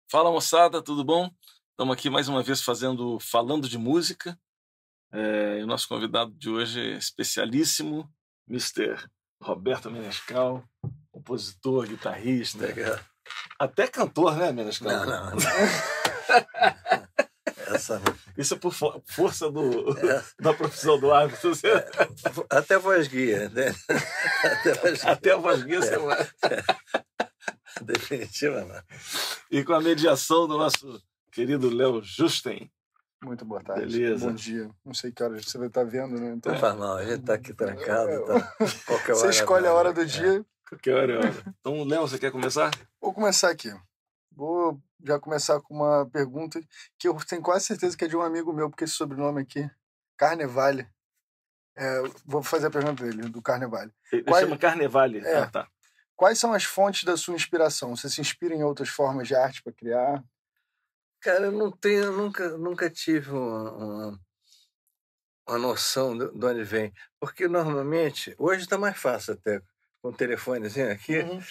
Fala, moçada, tudo bom? Estamos aqui mais uma vez falando de música. E o nosso convidado de hoje é especialíssimo, Mr. Roberto Menescal, compositor, guitarrista, até cantor, né, Menescal? Não. Essa não. Isso é por força da profissão do árbitro. Até voz guia, né? Até a voz guia você vai. Definitivamente. E com a mediação do nosso querido Léo Justen. Muito boa tarde. Beleza. Bom dia. Não sei que horas você vai estar vendo, né? Então, Não faz mal, a gente está aqui trancado. Tá? Qualquer você hora, escolhe a hora do dia. Qualquer hora é hora. Então, Léo, você quer começar? Vou começar aqui. Vou já começar com uma pergunta que eu tenho quase certeza que é de um amigo meu, porque esse sobrenome aqui, Carnevale. Vou fazer a pergunta dele, do Carnevale. Ele chama Carnevale. É. Ah, tá. Quais são as fontes da sua inspiração? Você se inspira em outras formas de arte para criar? Cara, eu nunca tive uma noção de onde vem. Porque normalmente, hoje está mais fácil até, com o telefonezinho aqui. Uhum.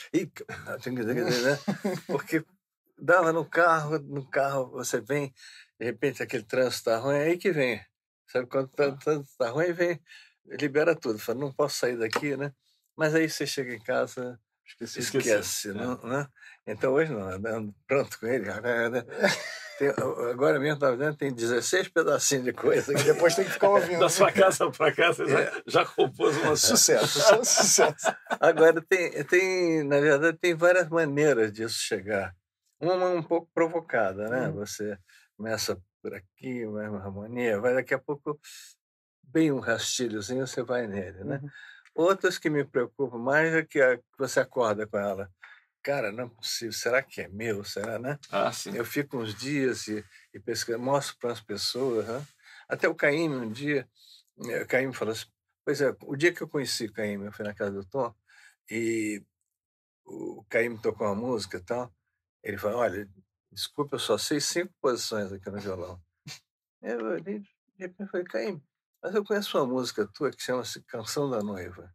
Né? Porque dava no carro você vem, de repente aquele trânsito está ruim, é aí que vem. Sabe, quando o trânsito está ruim, vem, libera tudo. Fala, não posso sair daqui, né? Mas aí você chega em casa, esquece, né? Então hoje não, andando pronto com ele. Agora mesmo estava vendo, tem 16 pedacinhos de coisa. E depois tem que ficar ouvindo. Da sua casa para cá, você já compôs uma sucesso, só sucesso. Agora, na verdade, tem várias maneiras disso chegar. Uma um pouco provocada, né? Você começa por aqui, uma harmonia, vai daqui a pouco, bem um rastilhozinho, você vai nele, né? Outras que me preocupam mais é que você acorda com ela. Cara, não é possível. Será que é meu? Será, né? Ah, sim. Eu fico uns dias e pesquiso, mostro para as pessoas. Né? Até o Caíme, um dia, o Caíme falou assim, pois é, o dia que eu conheci o Caíme, eu fui na casa do Tom, e o Caíme tocou uma música e tal, ele falou, olha, desculpa, eu só sei 5 posições aqui no violão. Eu olhei, de repente falei, Caíme, mas eu conheço uma música tua que chama-se Canção da Noiva.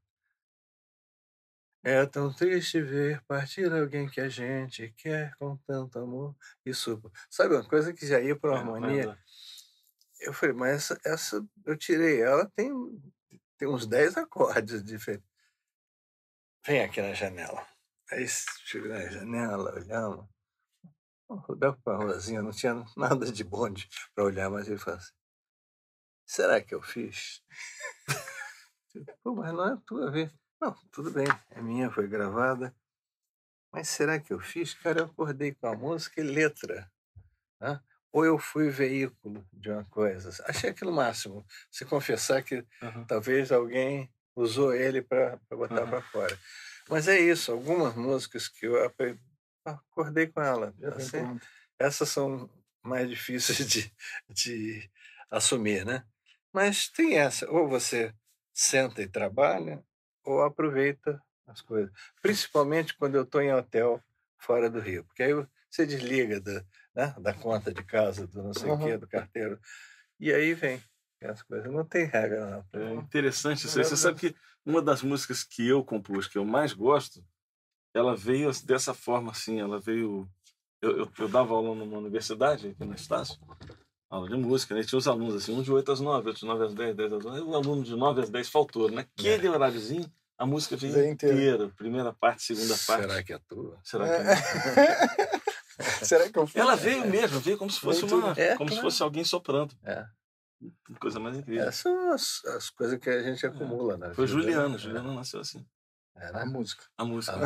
É tão triste ver partir alguém que a gente quer com tanto amor. Isso, sabe, uma coisa que já ia para uma harmonia. Eu falei, mas essa eu tirei ela, tem uns 10 acordes diferentes. Vem aqui na janela. Aí cheguei na janela, olhamos. Rodava para a ruazinha, não tinha nada de bonde para olhar, mas ele falou assim, será que eu fiz? Pô, mas não é tua vez. Não, tudo bem, é minha, foi gravada. Mas será que eu fiz? Cara, eu acordei com a música e letra. Né? Ou eu fui veículo de uma coisa. Achei aquilo máximo. Se confessar que talvez alguém usou ele para botar para fora. Mas é isso, algumas músicas que eu acordei com ela. Assim, essas são mais difíceis de assumir, né? Mas tem essa, ou você senta e trabalha, ou aproveita as coisas. Principalmente quando eu estou em hotel fora do Rio. Porque aí você desliga da conta de casa, do não sei o quê, do carteiro. E aí vem as coisas. Não tem regra, não. É interessante isso aí. Você sabe que uma das músicas que eu compus, que eu mais gosto, ela veio dessa forma assim. Ela veio... Eu dava aula numa universidade, aqui na Estácio, aula de música, né? E tinha os alunos assim, um de 8 às 9, outro de 9 às 10, 10 às 9. O aluno de 9 às 10 faltou. Naquele horáriozinho, a música veio inteira. Primeira parte, segunda parte. Será que é tua? Será que é minha? Será que eu fiz? Ela veio mesmo, veio como se fosse se fosse alguém soprando. Coisa mais incrível. Essas são as coisas que a gente acumula, né? Foi Juliana nasceu assim. A música. A música.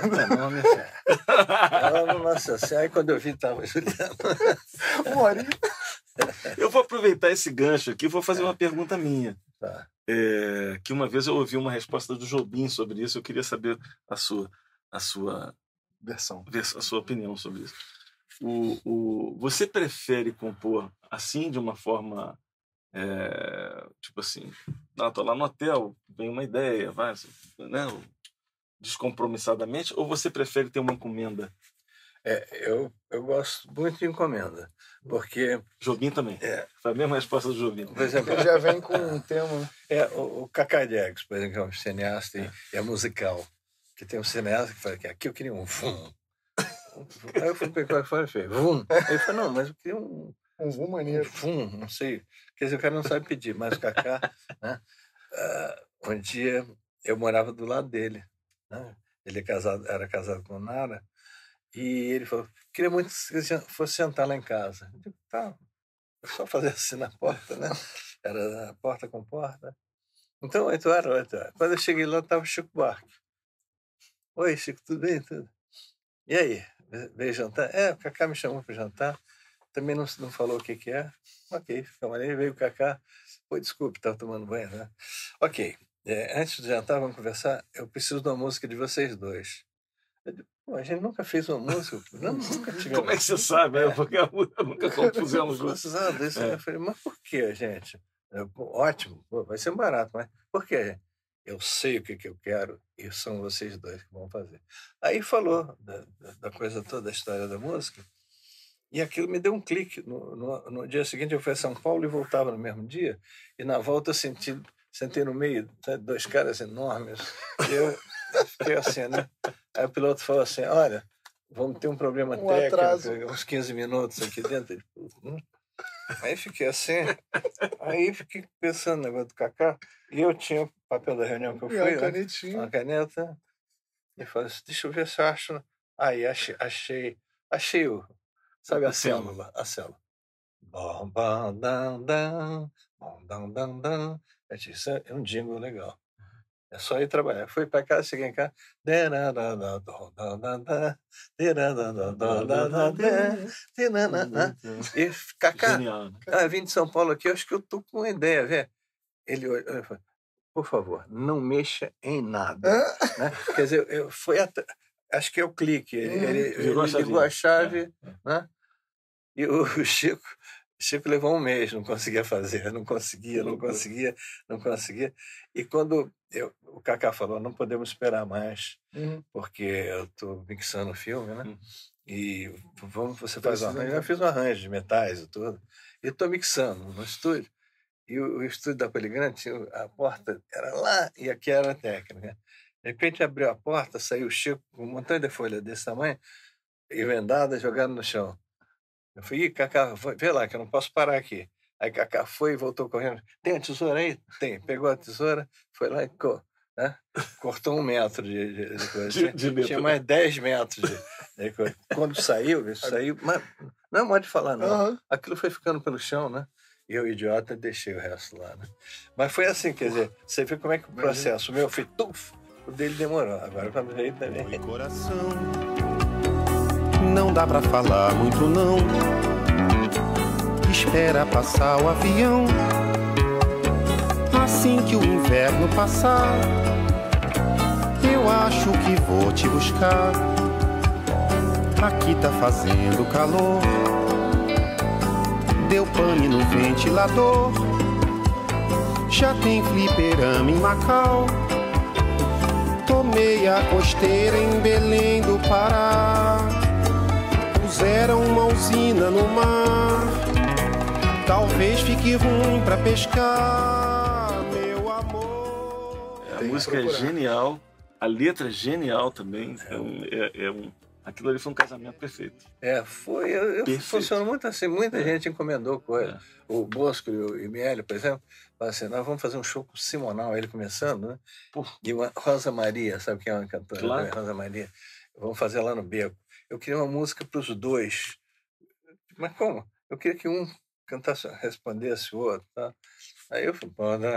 Ela não nasceu assim. Aí quando eu vi, estava Juliana. Eu vou aproveitar esse gancho aqui e vou fazer uma pergunta minha. Tá. Que uma vez eu ouvi uma resposta do Jobim sobre isso. Eu queria saber a sua versão, a sua opinião sobre isso. Você prefere compor assim, de uma forma tipo assim, tô lá no hotel, vem uma ideia, vai, né, descompromissadamente, ou você prefere ter uma encomenda? Eu gosto muito de encomenda, porque... Jobim também. Foi a mesma resposta do Jobim. Por exemplo, ele já vem com um tema... O Cacá Diegues, por exemplo, que é um cineasta e é musical, que tem um cineasta que fala que aqui eu queria um fum. Aí eu fui pegar o fone e falei, vum. Aí ele falou, não, mas eu queria um vum maneiro. Vum, não sei. Quer dizer, o cara não sabe pedir, mas o Cacá, né? Um dia eu morava do lado dele, né? Ele era casado com Nara, e ele falou, queria muito que você fosse sentar lá em casa. Eu digo, tá, é só fazer assim na porta, né? Era porta com porta. Então, 8 horas. Quando eu cheguei lá, estava o Chico Buarque. Oi, Chico, tudo bem? Tudo? E aí, veio jantar? O Cacá me chamou para jantar. Também não falou o que é. Ok, ficamos ali, veio o Cacá. Pô, desculpe, estava tomando banho, né? Ok, antes de jantar, vamos conversar. Eu preciso de uma música de vocês dois. Eu digo, pô, a gente nunca fez uma música. Nunca tivemos. Como é que você sabe? Porque nunca compusemos juntos. Eu falei, mas por que, gente? Ótimo, pô, vai ser barato, mas por quê? Eu sei o que eu quero e são vocês dois que vão fazer. Aí falou da coisa toda, da história da música, e aquilo me deu um clique. No dia seguinte eu fui a São Paulo e voltava no mesmo dia, e na volta eu sentei no meio, dois caras enormes, e eu fiquei assim, né? Aí o piloto falou assim, olha, vamos ter um problema técnico, atraso. Uns 15 minutos aqui dentro. Aí fiquei assim, aí fiquei pensando no negócio do Cacá, e eu tinha o papel da reunião que eu fui, uma caneta, e falei assim, deixa eu ver se eu acho. Aí achei sabe a célula. Bom, bam, dam, dam, bom, dam, dam, dam. Isso é um jingle legal. É só ir trabalhar. Fui para casa, cheguei em casa. E Cacá, vim de São Paulo aqui, acho que eu tô com uma ideia, velho. Ele olhou e falou, por favor, não mexa em nada. Né? Quer dizer, acho que é o clique. Ele ligou a chave, né? E o Chico levou um mês, não conseguia fazer, não conseguia. E quando o Cacá falou, não podemos esperar mais, porque eu estou mixando o filme, né? E você faz um arranjo. Eu fiz um arranjo de metais e tudo. E estou mixando no estúdio. E o estúdio da Poligrante, a porta era lá e aqui era a técnica. De repente abriu a porta, saiu o Chico com um montão de folha desse tamanho e vendada, jogada no chão. Eu falei, Cacá, vê lá que eu não posso parar aqui. Aí Cacá foi e voltou correndo. Tem a tesoura aí? Tem. Pegou a tesoura, foi lá e cortou 1 metro de coisa. Tinha mais 10 metros de coisa. Quando saiu, mas não é modo de falar, não. Aquilo foi ficando pelo chão, né? E eu, idiota, deixei o resto lá, né? Mas foi assim, quer dizer, você vê como é que o processo, o meu foi tuf, o dele demorou. Agora quando veio também. Oi, coração, não dá pra falar muito não. Espera passar o avião. Assim que o inverno passar, eu acho que vou te buscar. Aqui tá fazendo calor. Deu pane no ventilador. Já tem fliperama em Macau. Tomei a costeira em Belém do Pará. Puseram uma usina no mar. Talvez fique ruim pra pescar, meu amor. A música é genial, a letra é genial também. Aquilo ali foi um casamento perfeito. Foi. Funcionou muito assim. Muita gente encomendou coisa. O Bosco e o Imielio, por exemplo, falaram assim, nós vamos fazer um show com o Simonal, ele começando, né? E uma Rosa Maria, sabe quem é uma cantora? Claro. Rosa Maria. Vamos fazer lá no Beco. Eu queria uma música para os dois. Mas como? Eu queria que um cantasse, respondesse o outro, tá? Aí eu fui,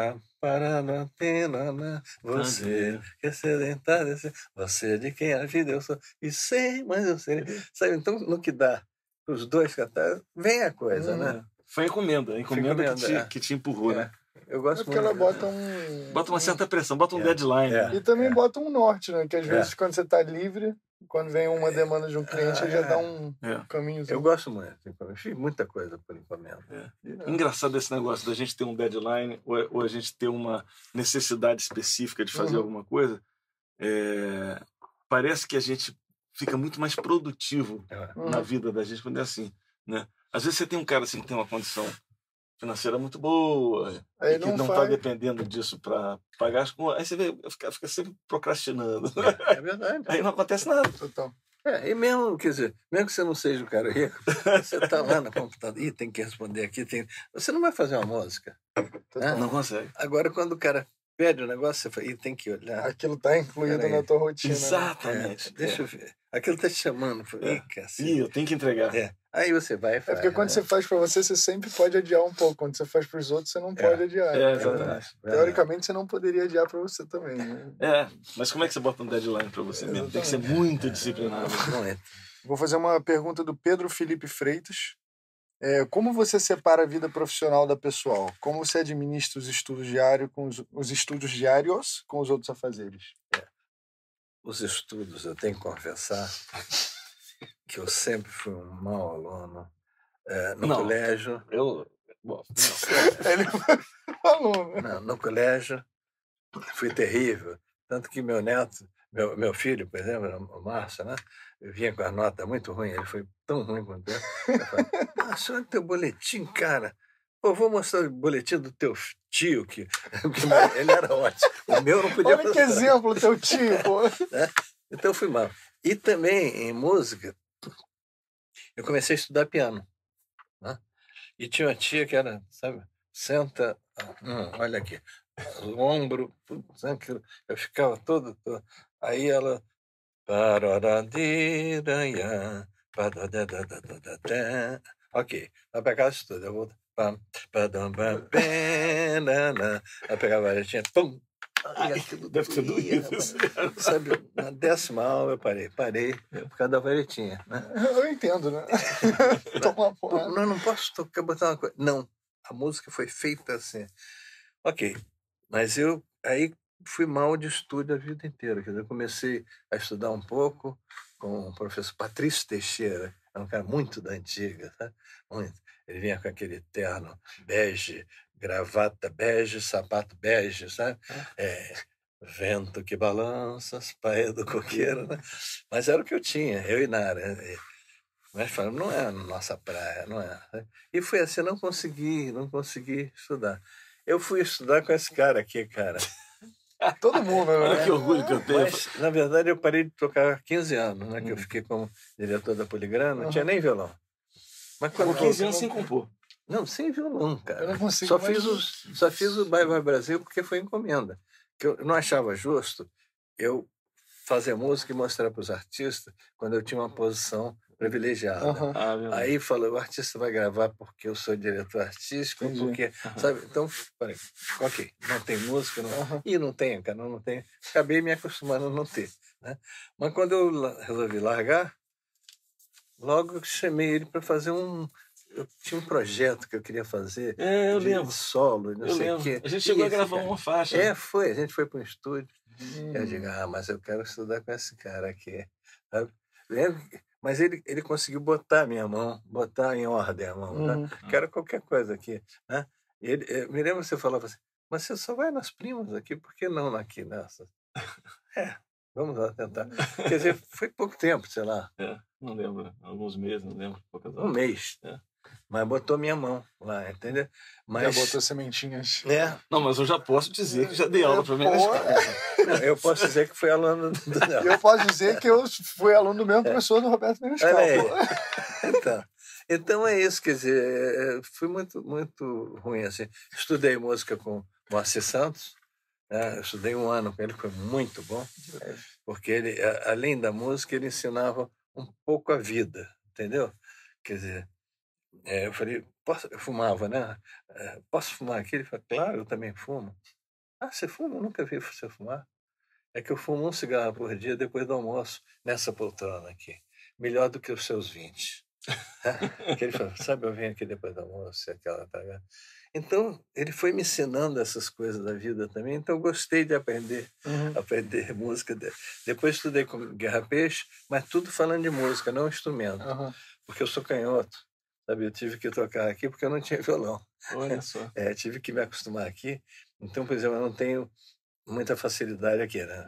você quer sedentar, você de quem a vida eu sou, e sei, mas eu sei. Sabe, então no que dá para os dois cantar, vem a coisa, né? Foi a encomenda que te empurrou, né? Eu gosto porque muito. Ela bota uma certa pressão, bota um deadline. E também bota um norte, né? Que às vezes quando você está livre, quando vem uma demanda de um cliente, já dá um caminhozinho. Eu gosto muito. Eu fiz muita coisa por encomenda. Engraçado esse negócio da gente ter um deadline ou a gente ter uma necessidade específica de fazer alguma coisa. Parece que a gente fica muito mais produtivo na vida da gente quando é assim, né? Às vezes você tem um cara assim que tem uma condição financeira muito boa e que não está dependendo disso para pagar as contas. Aí você vê, fica sempre procrastinando. É verdade. Aí não acontece nada. Total. E mesmo, quer dizer, mesmo que você não seja o cara rico, você está lá no computador, tem que responder aqui, você não vai fazer uma música. Né? Não consegue. Agora, quando o cara pede o negócio, você fala, tem que olhar. Aquilo está incluído na tua rotina. Exatamente. Né? Deixa eu ver. Aquilo está te chamando. Eu tenho que entregar. Aí você vai e faz. Porque quando você faz para você sempre pode adiar um pouco. Quando você faz para os outros, você não pode adiar. Exatamente. Teoricamente, você não poderia adiar para você também. Né? Mas como é que você bota um deadline para você mesmo? Tem que ser muito disciplinado. Vou fazer uma pergunta do Pedro Felipe Freitas. Como você separa a vida profissional da pessoal? Como você administra os estudos diários os estudos diários com os outros afazeres? Os estudos, eu tenho que confessar que eu sempre fui um mau aluno. No colégio... Ele foi aluno. Não, no colégio fui terrível. Tanto que meu neto, meu filho, por exemplo, o Márcio, né? Eu vinha com a nota muito ruim, ele foi tão ruim quanto eu. Eu falei, Márcio, olha teu boletim, cara. Pô, vou mostrar o boletim do teu tio, que ele era ótimo. O meu não podia Olha que exemplo, teu tio, pô. Então fui mal. E também, em música, eu comecei a estudar piano. Né? E tinha uma tia que era, sabe, senta, olha aqui, o ombro, eu ficava todo. Aí ela... Ok, vai pegar isso tudo. Eu vou. Aí pegava a varetinha, pum! Deve ter doído. Sabe, na 10ª aula eu parei por causa da varetinha. Né? Eu entendo, né? Toma porra. Não posso tocar, botar uma coisa. Não, a música foi feita assim. Ok, mas eu aí fui mal de estudo a vida inteira. Quer dizer, eu comecei a estudar um pouco com o professor Patrício Teixeira, é um cara muito da antiga, sabe? Muito. Ele vinha com aquele terno bege, gravata bege, sapato bege, sabe? Vento que balança, as paias do coqueiro, né? Mas era o que eu tinha, eu e Nara. Mas falando, não é a nossa praia, não é. E foi assim, não consegui estudar. Eu fui estudar com esse cara aqui, cara. Todo mundo, né? Olha que orgulho que eu tenho. Mas, na verdade, eu parei de tocar há 15 anos, né? Que eu fiquei como diretor da Poligrama, não tinha nem violão. Mas Com 15 anos sem compor. Não, sem violão, cara. Eu não consigo Só fiz o Bye Bye Brasil porque foi encomenda. Que eu não achava justo eu fazer música e mostrar para os artistas quando eu tinha uma posição privilegiada. Aí falou, o artista vai gravar porque eu sou diretor artístico, porque, sabe? Então, falei, ok, não tem música, e não tem, cara, não tem. Acabei me acostumando a não ter. Né? Mas quando eu resolvi largar, logo eu chamei ele para fazer eu tinha um projeto que eu queria fazer eu lembro. Solo, não sei o quê. A gente chegou a gravar uma faixa. Foi. A gente foi para um estúdio. Eu digo, mas eu quero estudar com esse cara aqui. Sabe? Mas ele conseguiu botar a minha mão, botar em ordem a mão. Né? Quero qualquer coisa aqui. Né? Me lembro que você falava assim, mas você só vai nas primas aqui, por que não aqui nessas? Vamos lá tentar. Quer dizer, foi pouco tempo, sei lá. Não lembro, alguns meses, não lembro. Um mês. Mas botou minha mão lá, entendeu? Já botou sementinhas. Não, mas eu já posso dizer que já dei aula para mim na escola. Eu posso dizer que fui aluno Eu posso dizer que eu fui aluno do mesmo professor do Roberto Menescal. Então é isso, quer dizer, fui muito, muito ruim assim. Estudei música com Moacir Santos, né? Eu estudei 1 ano com ele, foi muito bom, porque ele, além da música, ele ensinava um pouco a vida, entendeu? Quer dizer, eu falei, eu fumava, né? Posso fumar aqui? Ele falou, claro, eu também fumo. Você fuma? Eu nunca vi você fumar. É que eu fumo 1 cigarro por dia depois do almoço, nessa poltrona aqui. Melhor do que os seus 20. Que ele falou, sabe, eu venho aqui depois do almoço, aquela... Então, ele foi me ensinando essas coisas da vida também, então eu gostei de aprender música. Depois estudei com Guerra Peixe, mas tudo falando de música, não instrumento. Porque eu sou canhoto, sabe? Eu tive que tocar aqui porque eu não tinha violão. Olha só. Tive que me acostumar aqui. Então, por exemplo, eu não tenho muita facilidade aqui, né?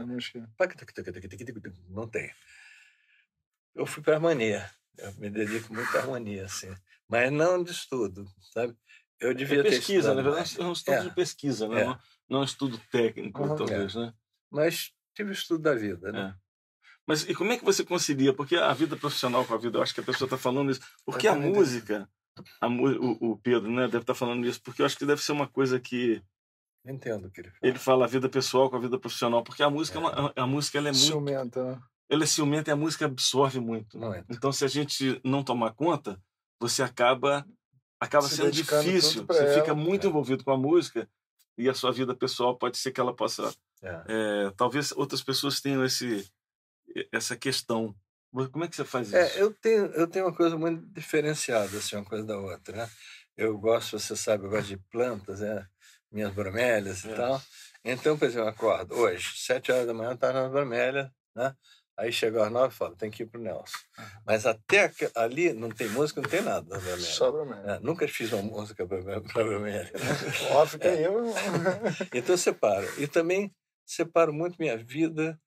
Não tenho. Eu fui para harmonia. Eu me dedico muito à harmonia, assim. Mas não de estudo, sabe? Eu devia ter pesquisa, estudado na verdade, mais. é um estudo de pesquisa, né? Não um estudo técnico, talvez, né? Mas tive estudo da vida, né? Mas e como é que você concilia? Porque a vida profissional com a vida, eu acho que a pessoa está falando isso. Porque a música, o Pedro, né, deve estar falando isso, porque eu acho que deve ser uma coisa que... Entendo o que ele fala. Ele fala a vida pessoal com a vida profissional, porque a música, a música ela é muito... Ciumenta, né? Ela é ciumenta e a música absorve muito. Muito. Então, se a gente não tomar conta, você acaba Se sendo dedicando difícil. tanto pra Você ela. fica muito envolvido com a música e a sua vida pessoal pode ser que ela possa... talvez outras pessoas tenham essa questão. Como é que você faz isso? Eu tenho uma coisa muito diferenciada, assim, uma coisa da outra, né? Eu gosto, você sabe, eu gosto de plantas, minhas bromélias e tal. Então, por exemplo, eu acordo hoje, 7 horas da manhã, eu estava nas bromélias, né? Aí chegou às 9 e falo, tem que ir pro Nelson. Mas até ali não tem música, não tem nada nas bromélias. Só bromélia. Nunca fiz uma música para bromélia. Ó, fica eu. Então eu separo. E também separo muito minha vida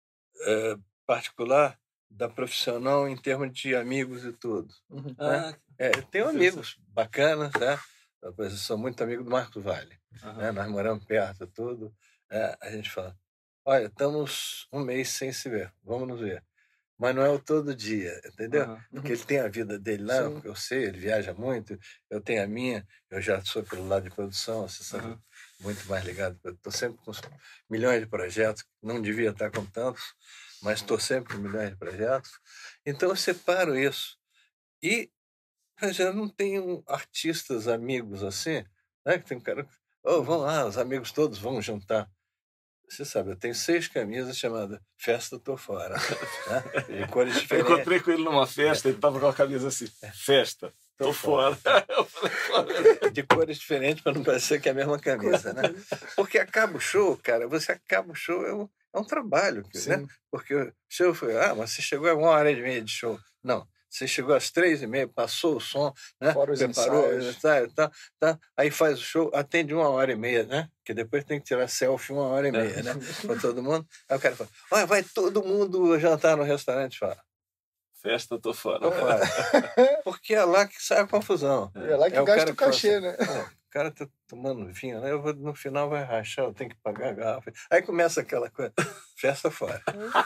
particular da profissional em termos de amigos e tudo. Né? Tenho amigos bacanas, né? Eu sou muito amigo do Marcos Vale. Né? Nós moramos perto e tudo. A gente fala, olha, estamos um mês sem se ver, vamos nos ver. Mas não é o todo dia, entendeu? Porque ele tem a vida dele lá, eu sei, ele viaja muito, eu tenho a minha, eu já sou pelo lado de produção, você sabe, muito mais ligado. Estou sempre com milhões de projetos, não devia estar com tantos, mas estou sempre com milhões de projetos. Então eu separo isso. E eu não tenho artistas, amigos assim, né? Que tem um cara, vão lá, os amigos todos vão juntar. Você sabe, eu tenho 6 camisas chamadas Festa Tô Fora. Né? De cores diferentes. Eu encontrei com ele numa festa, ele estava com a camisa assim, Festa, tô fora. Eu falei, de cores diferentes para não parecer que é a mesma camisa, né? Porque acaba o show, cara, você acaba o show, é um trabalho, né? Porque o show foi, mas você chegou a 1h30 de show. Não. Você chegou às 3h30, passou o som, né? Fora os preparou, ensaios. tá. Aí faz o show, atende 1h30, né? Porque depois tem que tirar selfie 1h30, né? Com todo mundo. Aí o cara fala, olha, vai todo mundo jantar no restaurante. Fala, Festa, tô fora. Tô fora. Porque é lá que sai a confusão. É lá que gasta o cachê, né? O cara tá tomando vinho, né? No final vai rachar, eu tenho que pagar a garrafa. Aí começa aquela coisa, festa fora.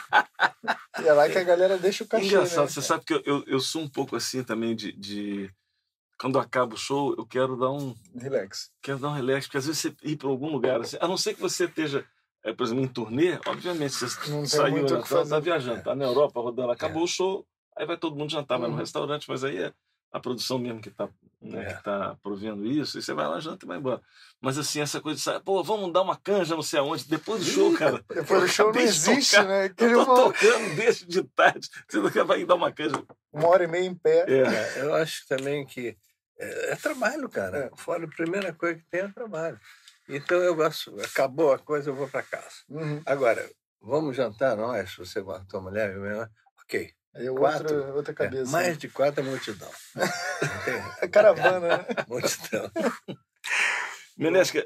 E é lá que a galera deixa o cachê, Engraçado, né? você sabe que eu sou um pouco assim também de... Quando acaba o show, eu quero dar um... Relax. Quero dar um relax, porque às vezes você ir para algum lugar, assim, a não ser que você esteja, por exemplo, em turnê, obviamente, você Não tem saiu, muito o né, que fazer. tá viajando, tá na Europa, rodando, acabou o show, aí vai todo mundo jantar, vai no restaurante, mas aí é a produção mesmo que tá, né, que tá provendo isso, e você vai lá, janta e vai embora. Mas assim, essa coisa de sair, vamos dar uma canja não sei aonde, depois do show, cara. Depois do show não existe, né? Eu tô tocando desde de tarde, você não quer vai dar uma canja. 1h30 em pé. Eu acho também que é trabalho, cara. Fora, a primeira coisa que tem é trabalho. Então eu gosto, acabou a coisa, eu vou para casa. Agora, vamos jantar nós, você com a tua mulher, ok. Aí é 4, outra cabeça. Mais de 4 é multidão. É caravana, né? Multidão. Menesca,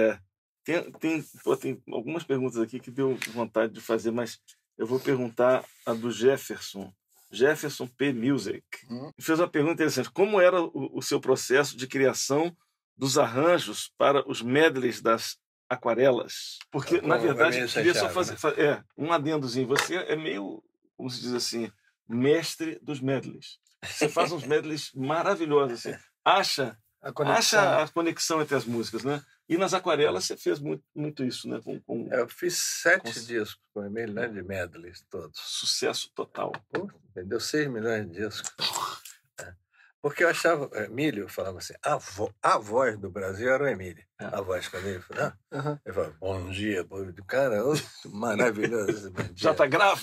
tem algumas perguntas aqui que deu vontade de fazer, mas eu vou perguntar a do Jefferson P. Music. Fez uma pergunta interessante. Como era o seu processo de criação dos arranjos para os medleys das aquarelas? Porque, na verdade, eu queria só fazer um adendozinho. Você é meio, como se diz assim, mestre dos medleys. Você faz uns medleys maravilhosos. Assim. Acha a conexão entre as músicas, né? E nas aquarelas você fez muito isso, né? Eu fiz 7 discos com Emílio, né? De medleys todos. Sucesso total. Vendeu 6 milhões de discos. Porque eu achava, Emílio falava assim, a voz do Brasil era o Emílio. A voz quando ele falava, ele falava, bom dia, cara, maravilhoso. Já tá grava?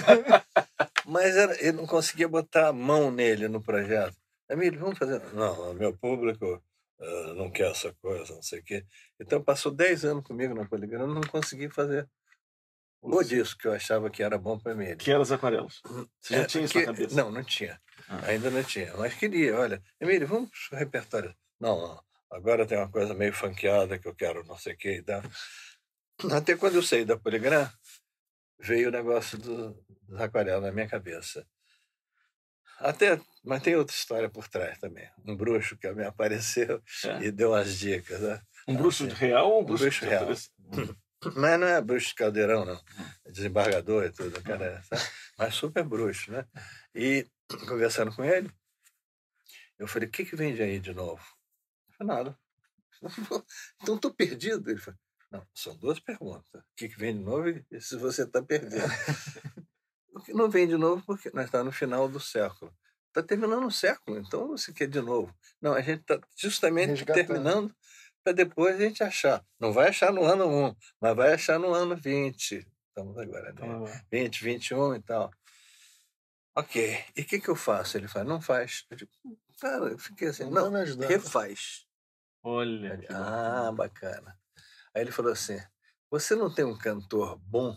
Mas ele não conseguia botar a mão nele no projeto. Emílio, vamos fazer. Não, meu público não quer essa coisa, não sei o quê. Então passou 10 anos comigo na Poligrama, não consegui fazer o disco que eu achava que era bom para Emílio. Que eram as aquarelas. Você já tinha isso na cabeça? Não tinha. Ainda não tinha. Mas queria, olha, Emílio, vamos pro repertório. Não, agora tem uma coisa meio funkeada que eu quero não sei o quê e tal. Até quando eu saí da Poligrama, veio o negócio dos aquarelas na minha cabeça. Mas tem outra história por trás também. Um bruxo que me apareceu e deu umas dicas. Né? Um bruxo real ou um bruxo real? Mas não é bruxo de caldeirão, não. É desembargador e tudo, cara, sabe? Mas super bruxo, né? E conversando com ele, eu falei, o que vende aí de novo? Eu falei, nada. Então estou perdido. Ele falou, não, são duas perguntas. O que vem de novo e se você está perdido? O que não vem de novo porque nós estamos no final do século. Está terminando o século, então você quer de novo. Não, a gente está justamente terminando para depois a gente achar. Não vai achar no ano 1, mas vai achar no ano 20. Estamos agora, né? 20, 21 e tal. Ok, e o que eu faço? Ele fala, não faz. Eu digo, cara, eu fiquei assim, não, refaz. Olha. Bacana. Aí ele falou assim, você não tem um cantor bom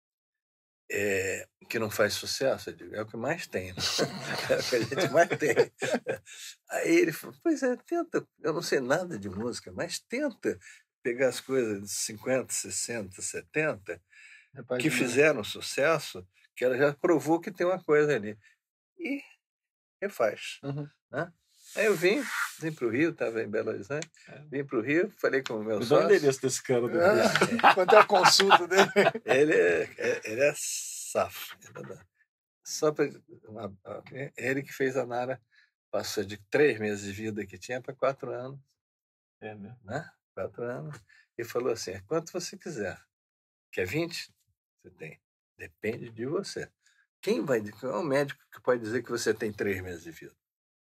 que não faz sucesso? Eu digo, é o que mais tem, né? É o que a gente mais tem. Aí ele falou, pois é, tenta, eu não sei nada de música, mas tenta pegar as coisas de 50, 60, 70 que fizeram sucesso, que ela já provou que tem uma coisa ali. E refaz. Né? Aí eu vim para o Rio, estava em Belo Horizonte, vim para o Rio, falei com o meu sócio. Me dá o endereço desse cara. Quanto é a consulta dele? Ele é safo. Só para ele que fez a Nara, passou de 3 meses de vida que tinha para 4 anos. Né? 4 anos. E falou assim, quanto você quiser. Quer 20? Você tem. Depende de você. Quem é o médico que pode dizer que você tem 3 meses de vida?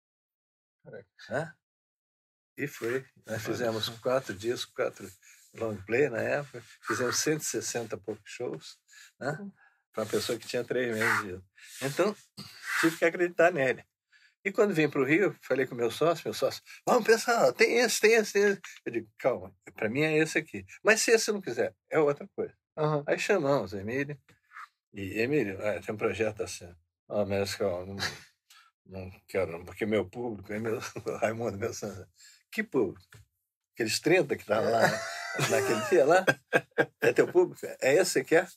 E foi. Nós fizemos 4 discos, 4 long play na época, fizemos 160 e poucos shows, né? Para uma pessoa que tinha 3 meses de vida. Então, tive que acreditar nele. E quando vim para o Rio, falei com meu sócio, vamos pensar, tem esse. Eu digo, calma, para mim é esse aqui. Mas se esse não quiser, é outra coisa. Aí chamamos Emílio, e Emílio, tem um projeto assim, mas não quero, não, porque meu público, o Raimundo, meu sonho, que público? Aqueles 30 que estavam lá, naquele dia lá, é teu público? É esse que você quer?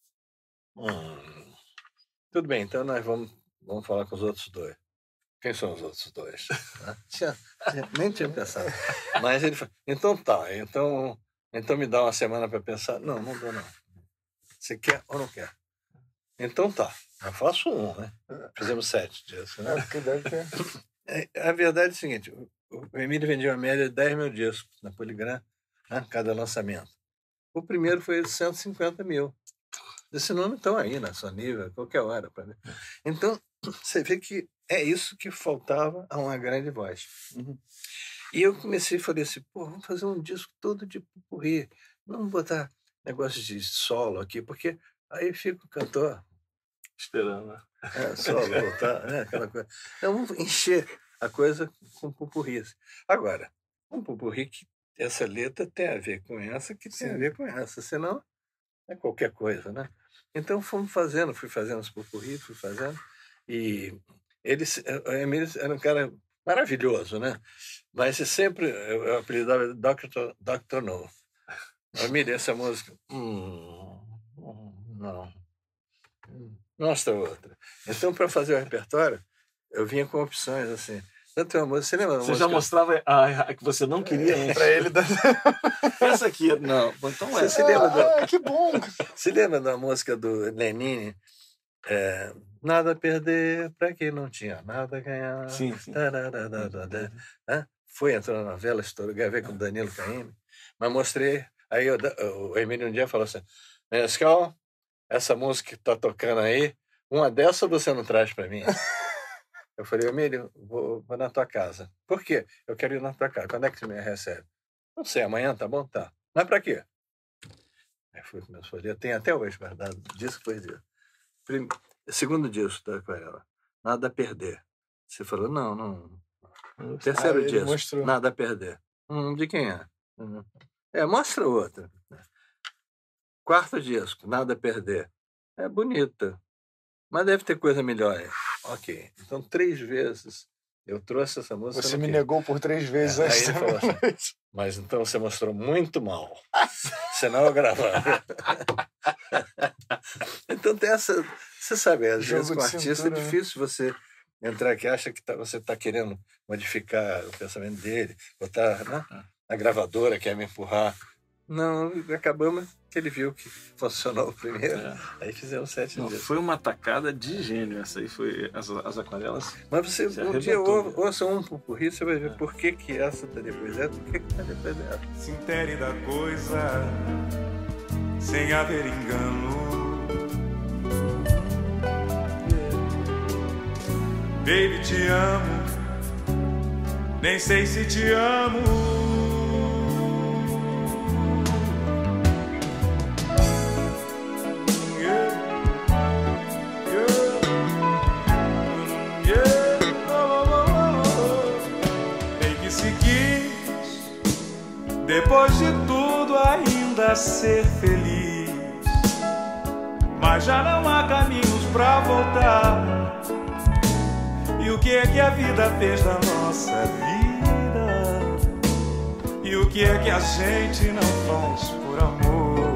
Tudo bem, então nós vamos falar com os outros 2. Quem são os outros 2? Nem tinha pensado. Mas ele falou, então tá, então me dá uma semana para pensar. Não dou não. Você quer ou não quer? Então tá, eu faço 1, né? Fizemos 7 dias, né? Que deve ter. A verdade é o seguinte, o Emílio vendia uma média de 10 mil discos na Polygram, né? Cada lançamento. O primeiro foi 150 mil. Esse nome estão aí na sua nível, qualquer hora. Então, você vê que é isso que faltava a uma grande voz. E eu comecei e falei assim, vamos fazer um disco todo de pupurri. Não botar negócio de solo aqui, porque aí fica o cantor esperando, né? Solo, voltar, né? Aquela coisa. Então, vamos encher a coisa com pupurri. Agora, um pupurri que essa letra tem a ver com essa, que tem a ver com essa, senão é qualquer coisa, né? Então fui fazendo os pupurri, e o Emílio era um cara maravilhoso, né? Mas sempre eu apelidava Dr. No. Emílio, essa música, não. Mostra outra. Então, para fazer o repertório, eu vinha com opções assim. Tanto uma música, você lembra? Você já mostrava a que você não queria antes. Para ele. Essa aqui, não. Então você se lembra que bom! Você lembra da música do Lenine? Nada a perder para quem não tinha nada a ganhar. Sim. Entrou na novela, estourou, gravei com o Danilo Caymmi, mas mostrei. Aí o Emílio um dia falou assim: Nescau, essa música que tá tocando aí, uma dessa você não traz para mim? Eu falei, Emílio, vou na tua casa. Por quê? Eu quero ir na tua casa. Quando é que você me recebe? Não sei, amanhã, tá bom? Tá. Mas para quê? Aí fui com meus folhetos. Tem até hoje guardado. Disco poesia. Segundo disco da Aquarela. Nada a perder. Você falou, não. Terceiro disco. Mostrou. Nada a perder. De quem é? Mostra outra. Quarto disco. Nada a perder. É bonita. Mas deve ter coisa melhor aí. Ok. Então, 3 vezes eu trouxe essa música. Você me negou por 3 vezes antes. Aí ele falou assim, mas então você mostrou muito mal. Senão eu gravava. Então tem essa... Você sabe, às vezes com artista é difícil você entrar aqui, acha que você está querendo modificar o pensamento dele, botar a gravadora quer me empurrar Não, acabamos que ele viu que funcionou o primeiro. Aí fizemos 7 Não, vezes. foi uma tacada de gênio essa aí, foi as aquarelas. Mas você, se um dia arrebentou, ouça um popurrí, você vai ver por que essa tá depois dessa, por que tá depois dessa. Se intere da coisa sem haver engano. Baby, te amo, nem sei se te amo. Bem que se quis, depois de tudo ainda ser feliz, mas já não há caminhos pra voltar. E o que é que a vida fez da nossa vida? E o que é que a gente não faz por amor?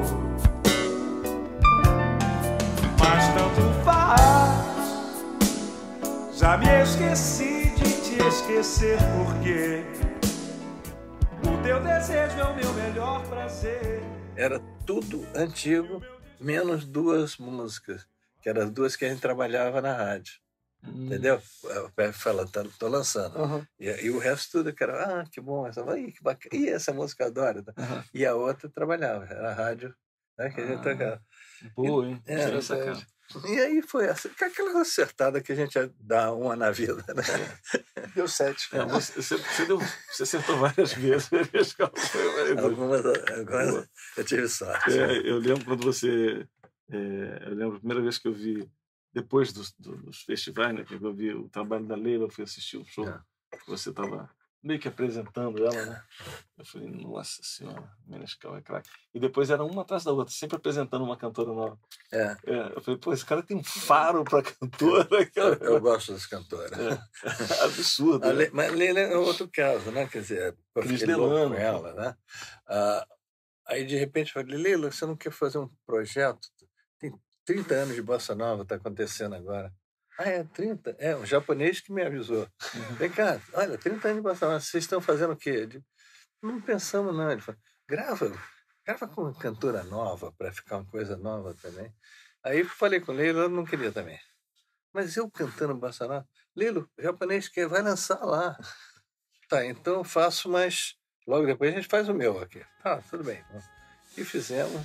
Mas tanto faz, já me esqueci de te esquecer, porque o teu desejo é o meu melhor prazer. Era tudo antigo, menos 2 músicas, que eram as 2 que a gente trabalhava na rádio. Entendeu? O Pepe fala, tô lançando. E o resto tudo que era, que bom, essa, que bacana. E essa música eu adoro. E a outra trabalhava, era a rádio, né, que a gente tocava. Boa, hein? Era sacana. E aí foi aquela acertada que a gente dá uma na vida, né? Deu 7. Você acertou várias vezes. Algumas eu tive sorte. Eu lembro quando você... eu lembro a primeira vez que eu vi, depois dos festivais, né, que eu vi o trabalho da Leila, eu fui assistir o show, que você estava meio que apresentando ela, né? Eu falei, nossa senhora, Menescal é craque. E depois era uma atrás da outra, sempre apresentando uma cantora nova. Eu falei, pô, esse cara tem um faro pra cantora. Eu gosto das cantoras. Absurdo. Mas Leila é outro caso, né? Quer dizer, eu fiquei louco com ela, né? Aí, de repente, eu falei, Leila, você não quer fazer um projeto? Tem 30 anos de Bossa Nova, está acontecendo agora. É 30? É, um japonês que me avisou. Vem cá, olha, 30 anos de Bossa Nova, vocês estão fazendo o quê? Eu digo, não pensamos não. Ele falou, grava com uma cantora nova, para ficar uma coisa nova também. Aí falei com Leila, ela não queria também. Mas eu cantando Bossa Nova, Leila, o japonês quer, vai lançar lá. Tá, então eu faço, mas logo depois a gente faz o meu aqui. Tá, tudo bem. E fizemos.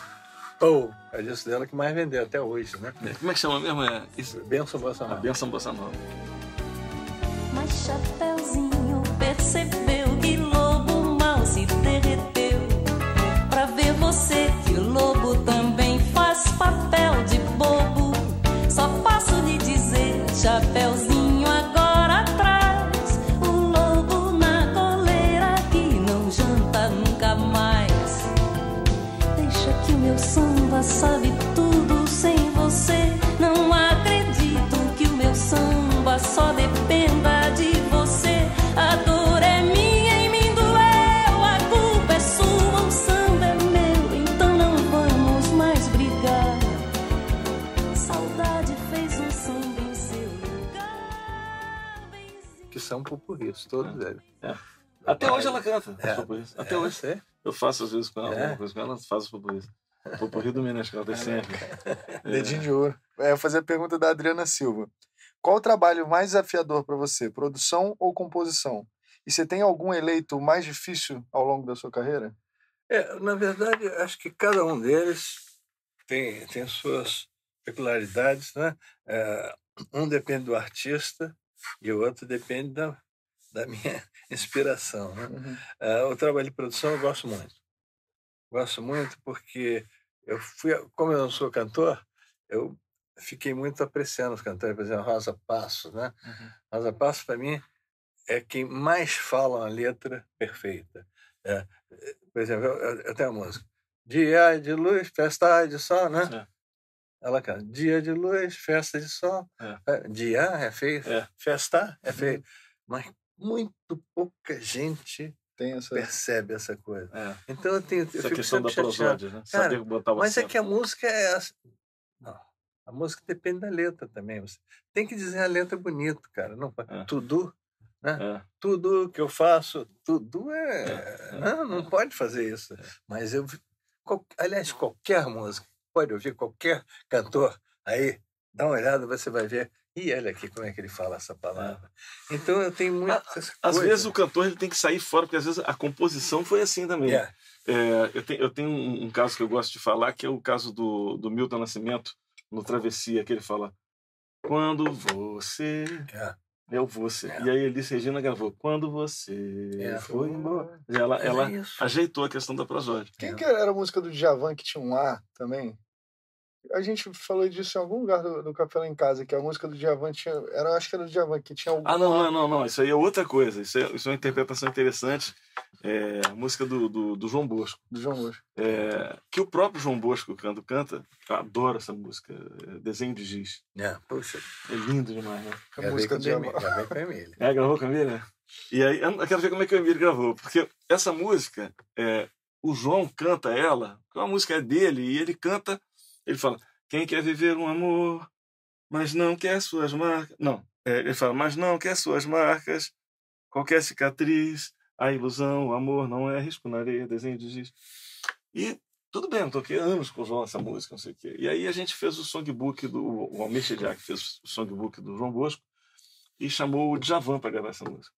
É disso dela que mais vendeu até hoje, né? Como é que chama mesmo? Benção Bossa Nova. Benção Bossa Nova. Mas Chapeuzinho percebeu que lobo mal se derreteu pra ver você, que o lobo também faz papel de bobo. Só posso lhe dizer, Chapeuzinho, agora traz o lobo na coleira que não janta nunca mais. Deixa que o meu samba sabe tudo sem você. Não acredito que o meu samba só dependa de você. A dor é minha e me doeu, a culpa é sua, o samba é meu. Então não vamos mais brigar. Saudade fez um samba em seu lugar. Que são popurris, todos eles. Até hoje ela canta. Até hoje. É. Eu faço às vezes com ela, alguma coisa com ela, faço o popurri. O popurri do Menescal, tem sempre. Dedinho de ouro. Eu vou fazer a pergunta da Adriana Silva. Qual o trabalho mais desafiador para você, produção ou composição? E você tem algum eleito mais difícil ao longo da sua carreira? Na verdade, acho que cada um deles tem suas peculiaridades, né? Um depende do artista e o outro depende da minha inspiração, né? O trabalho de produção eu gosto muito. Gosto muito porque como eu não sou cantor, eu fiquei muito apreciando os cantores. Por exemplo, Rosa Passos, né? Rosa Passos, para mim, é quem mais fala uma letra perfeita. Por exemplo, eu tenho uma música. Dia de luz, festa de sol, né? Ela canta. Dia de luz, festa de sol. Dia é feio, festa é feio. Mas muito pouca gente percebe essa coisa. Então eu essa questão da prosódia, né? Cara, saber botar o mas acento. É que a música é assim. Não, a música depende da letra também. Você tem que dizer a letra bonito, cara. Não, tudo né? Tudo que eu faço, tudo não pode fazer isso. Mas aliás, qualquer música, pode ouvir qualquer cantor, aí dá uma olhada, você vai ver. E olha aqui como é que ele fala essa palavra. Então eu tenho muitas coisas. Às vezes o cantor ele tem que sair fora, porque às vezes a composição foi assim também. Eu tenho um caso que eu gosto de falar, que é o caso do Milton Nascimento, no Travessia, que ele fala: quando você... É o você. E aí Elis Regina gravou: quando você foi embora. E ela ajeitou a questão da prosódia. Quem que era a música do Djavan que tinha um A também? A gente falou disso em algum lugar do Café Lá em Casa, que a música do Djavan tinha... acho que era do Djavan, que tinha algum... Não. Isso aí é outra coisa. Isso é uma interpretação interessante. A música do João Bosco. Do João Bosco. Que o próprio João Bosco quando eu adoro essa música. Desenho de Giz. Puxa. É lindo demais, né? A música do Djavan. Gravei com a Emília. Gravou com a Emília? E aí, eu quero ver como é que o Emílio gravou. Porque essa música, o João canta ela, porque a música é dele, e ele canta... Ele fala: quem quer viver um amor, mas não quer suas marcas... Não, ele fala: mas não quer suas marcas, qualquer cicatriz, a ilusão, o amor não é risco na areia, desenho de giz. E tudo bem, eu toquei anos com o João essa música, não sei o quê. E aí a gente fez o songbook o Almir Chediak fez o songbook do João Bosco e chamou o Djavan para gravar essa música.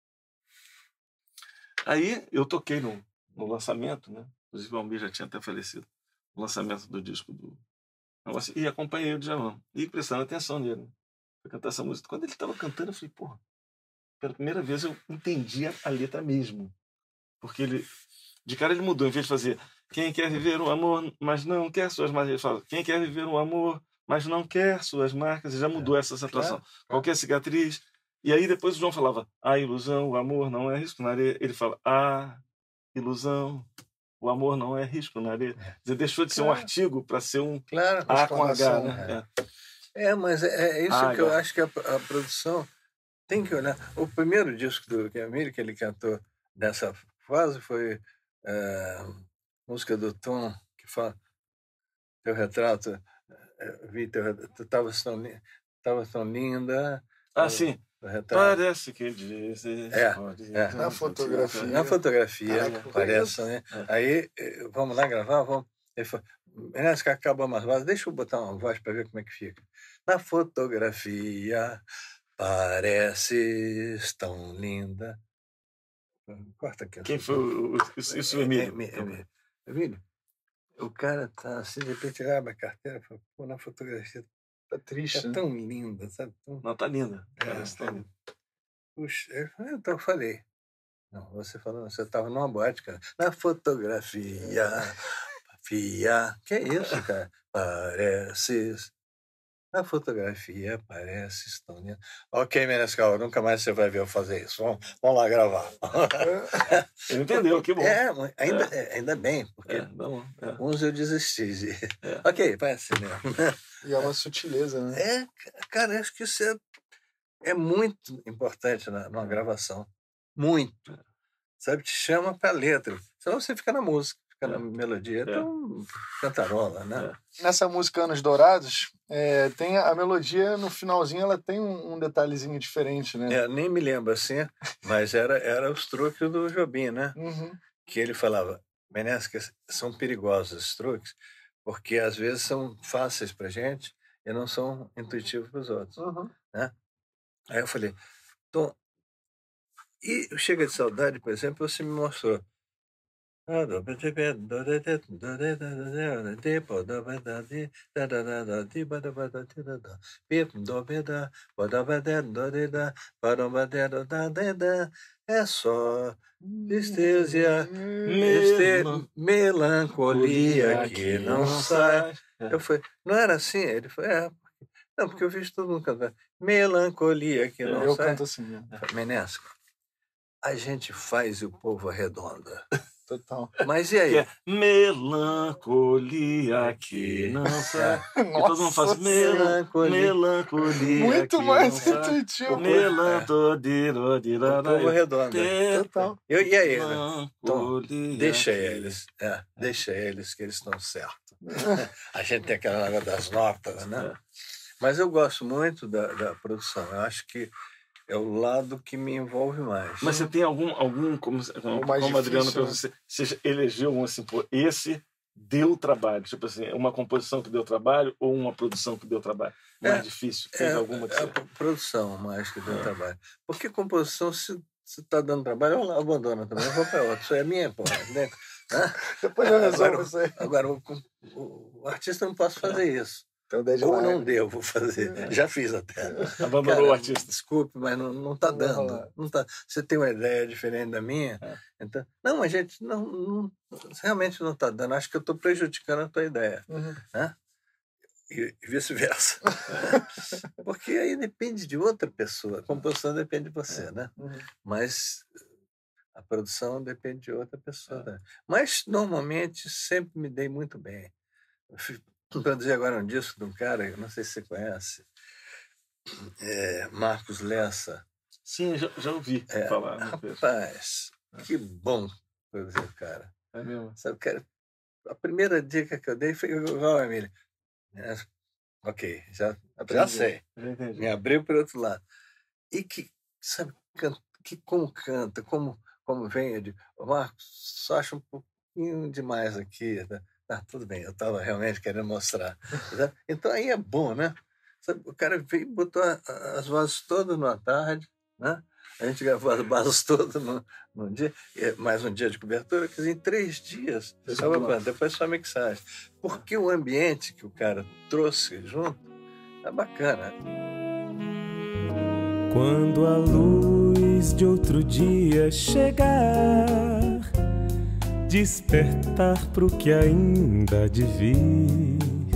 Aí eu toquei no lançamento, né? Inclusive o Almir já tinha até falecido, no lançamento do disco e acompanhei o Djavan. E prestando atenção nele, para cantar essa música. Quando ele estava cantando, eu falei: porra, pela primeira vez eu entendi a letra mesmo. Porque de cara ele mudou. Em vez de fazer quem quer viver um amor, mas não quer suas marcas, ele fala: quem quer viver um amor, mas não quer suas marcas. E já mudou essa acentuação. Claro. Qualquer cicatriz. E aí depois o João falava: a ilusão, o amor não é risco na areia. Ele fala: a ilusão, o amor não é risco na areia. Você deixou de ser um artigo para ser um A com H, né? Mas é isso que eu acho que a produção tem que olhar. O primeiro disco do Emílio que ele cantou dessa fase foi música do Tom, que fala: teu retrato, vi teu retrato, tu estavas tão linda. Sim. Parece que diz. Na fotografia. Na fotografia, parece, né? Aí, vamos lá gravar? Vamos. Ele falou: que acabamos as vozes, deixa eu botar uma voz para ver como é que fica. Na fotografia, pareces tão linda. Corta aqui. Quem foi isso, Emílio? Emílio, o cara tá assim, de repente ele abre a carteira e fala: pô, na fotografia tá triste. É tão linda, sabe? Não, tá linda. Parece tá linda. Puxa, então eu falei. Não, você falou, você estava numa boate, cara. Na fotografia, que é isso, cara? Pareces. Na fotografia, pareces tão linda. Ok, Menescal, nunca mais você vai ver eu fazer isso. Vamos lá gravar. Ele entendeu, que bom. Ainda bem, porque uns eu desisti. Ok, vai assim mesmo. E é uma sutileza, né? Cara, acho que isso é muito importante numa gravação. Muito. Sabe, te chama pra letra. Senão você fica na música, fica na melodia. Então, cantarola, né? Nessa música Anos Dourados, tem a melodia, no finalzinho, ela tem um detalhezinho diferente, né? Nem me lembro assim, mas era os truques do Jobim, né? Uhum. Que ele falava: Menescal, são perigosos os truques, porque às vezes são fáceis pra gente e não são intuitivos para os outros. Uhum. Né? Aí eu falei: Tom, e Chega de Saudade, por exemplo, você me mostrou. É só tristeza, melancolia que não sai. Eu falei: não era assim? Ele falou: não, porque eu vejo todo mundo cantando melancolia que não sai. Eu canto assim, né? Menescal, a gente faz e o povo arredonda. Total. Mas e aí? Melancolia que não sai. E todo mundo faz melancolia. Muito mais intuitivo. Melancolia. O povo arredonda. Total. E aí? Então, deixa eles. Deixa eles que eles estão certos. A gente tem aquela negócio das notas, né? Mas eu gosto muito da produção. Eu acho que é o lado que me envolve mais. Mas você tem algum como mais o Adriano difícil, perguntou, você elegeu um assim, pô, esse deu trabalho, tipo assim, uma composição que deu trabalho ou uma produção que deu trabalho? Mais difícil? Teve alguma que a produção mais que deu trabalho. Porque composição, se está dando trabalho, eu abandono também, eu vou para outra. Isso é minha, porra. Né? Depois eu resolvo isso aí. Agora, o artista não posso fazer isso. Então, Ou não devo fazer. Já fiz até. Abandonou o artista. Desculpe, mas não está dando. Não tá. Você tem uma ideia diferente da minha? Então, não, a gente realmente não está dando. Acho que eu estou prejudicando a tua ideia. Né? E vice-versa. Porque aí depende de outra pessoa. A composição depende de você, né? Mas a produção depende de outra pessoa. Né? Mas, normalmente, sempre me dei muito bem. Eu produzi agora um disco de um cara, não sei se você conhece, Marcos Lessa. Sim, já ouvi falar. Rapaz, que bom produzir o cara. É mesmo? Sabe, cara, a primeira dica que eu dei foi igual a Emília. Ok, já sei. Me abriu para o outro lado. E que, sabe, como canta, como vem, eu digo, Marcos, só acho um pouquinho demais aqui. Tudo bem, eu estava realmente querendo mostrar. Então aí é bom, né? Sabe, o cara veio e botou as vozes todas numa tarde, né? A gente gravou as bases todas num dia, mais um dia de cobertura, quer dizer, em 3 dias, depois só mixagem. Porque o ambiente que o cara trouxe junto é bacana. Quando a luz de outro dia chegar, despertar pro que ainda há de vir,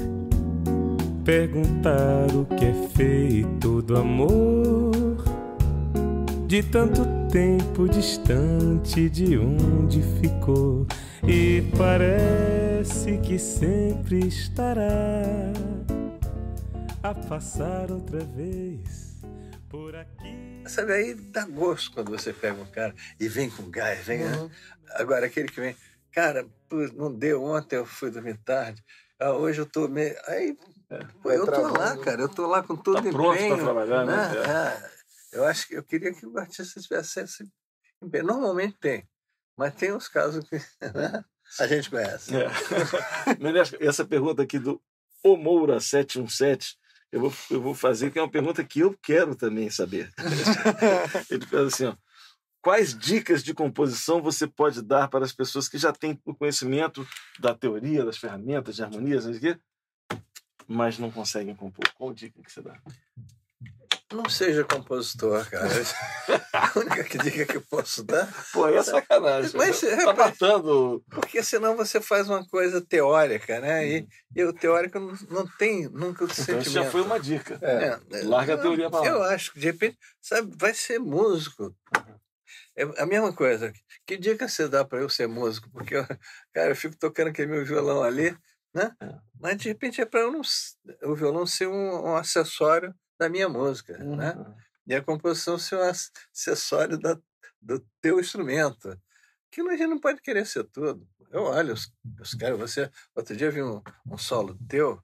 perguntar o que é feito do amor, de tanto tempo distante de onde ficou, e parece que sempre estará a passar outra vez por aqui. Sabe, aí dá gosto quando você pega um cara e vem com gás, vem. Agora, aquele que vem, cara, não deu, ontem eu fui dormir tarde, hoje eu tô meio. Aí, eu tô lá, cara, eu tô lá com tudo tá pronto para trabalhar, né? Eu acho que eu queria que o artista estivesse sempre empenhado. Normalmente tem, mas tem uns casos que a gente conhece. Menesco, essa pergunta aqui do Omoura 717, eu vou fazer, que é uma pergunta que eu quero também saber. Ele faz assim, ó, quais dicas de composição você pode dar para as pessoas que já têm o conhecimento da teoria, das ferramentas, de harmonias, mas não conseguem compor? Qual dica que você dá? Não seja compositor, cara. A única dica que eu posso dar... Pô, é sacanagem. Mas tá matando... Porque senão você faz uma coisa teórica, né? E o teórico não tem nunca o sentimento. Isso já foi uma dica. Larga a teoria para lá. Eu acho que, de repente, sabe, vai ser músico. É a mesma coisa. Que dica você dá para eu ser músico? Porque, cara, eu fico tocando aquele meu violão ali, né? Mas, de repente, é para o violão ser um acessório da minha música, né? E a composição ser um acessório do teu instrumento. Que a gente não pode querer ser tudo. Eu olho os caras, outro dia eu vi um solo teu,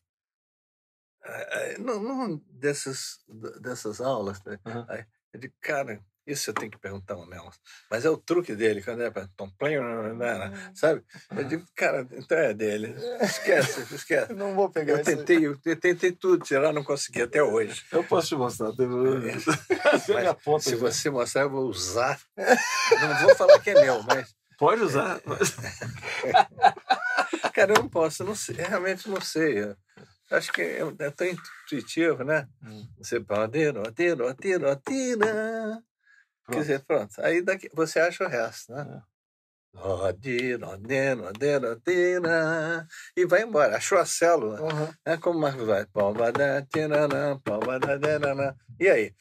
num dessas aulas, né? Eu digo, cara, isso eu tenho que perguntar ao Nelson. Mas é o truque dele, quando é para sabe? Eu digo, cara, então é dele. Esquece. Não vou pegar eu tentei tudo tirar, não consegui até hoje. Eu posso te mostrar. Se você mostrar, eu vou usar. Não vou falar que é meu, mas... Pode usar. Cara, eu não posso, não sei, realmente não sei. Acho que é tão intuitivo, né? Você quer dizer, pronto. Aí daqui, você acha o resto, né? E vai embora. Achou a célula. É como o Marcos vai. E aí?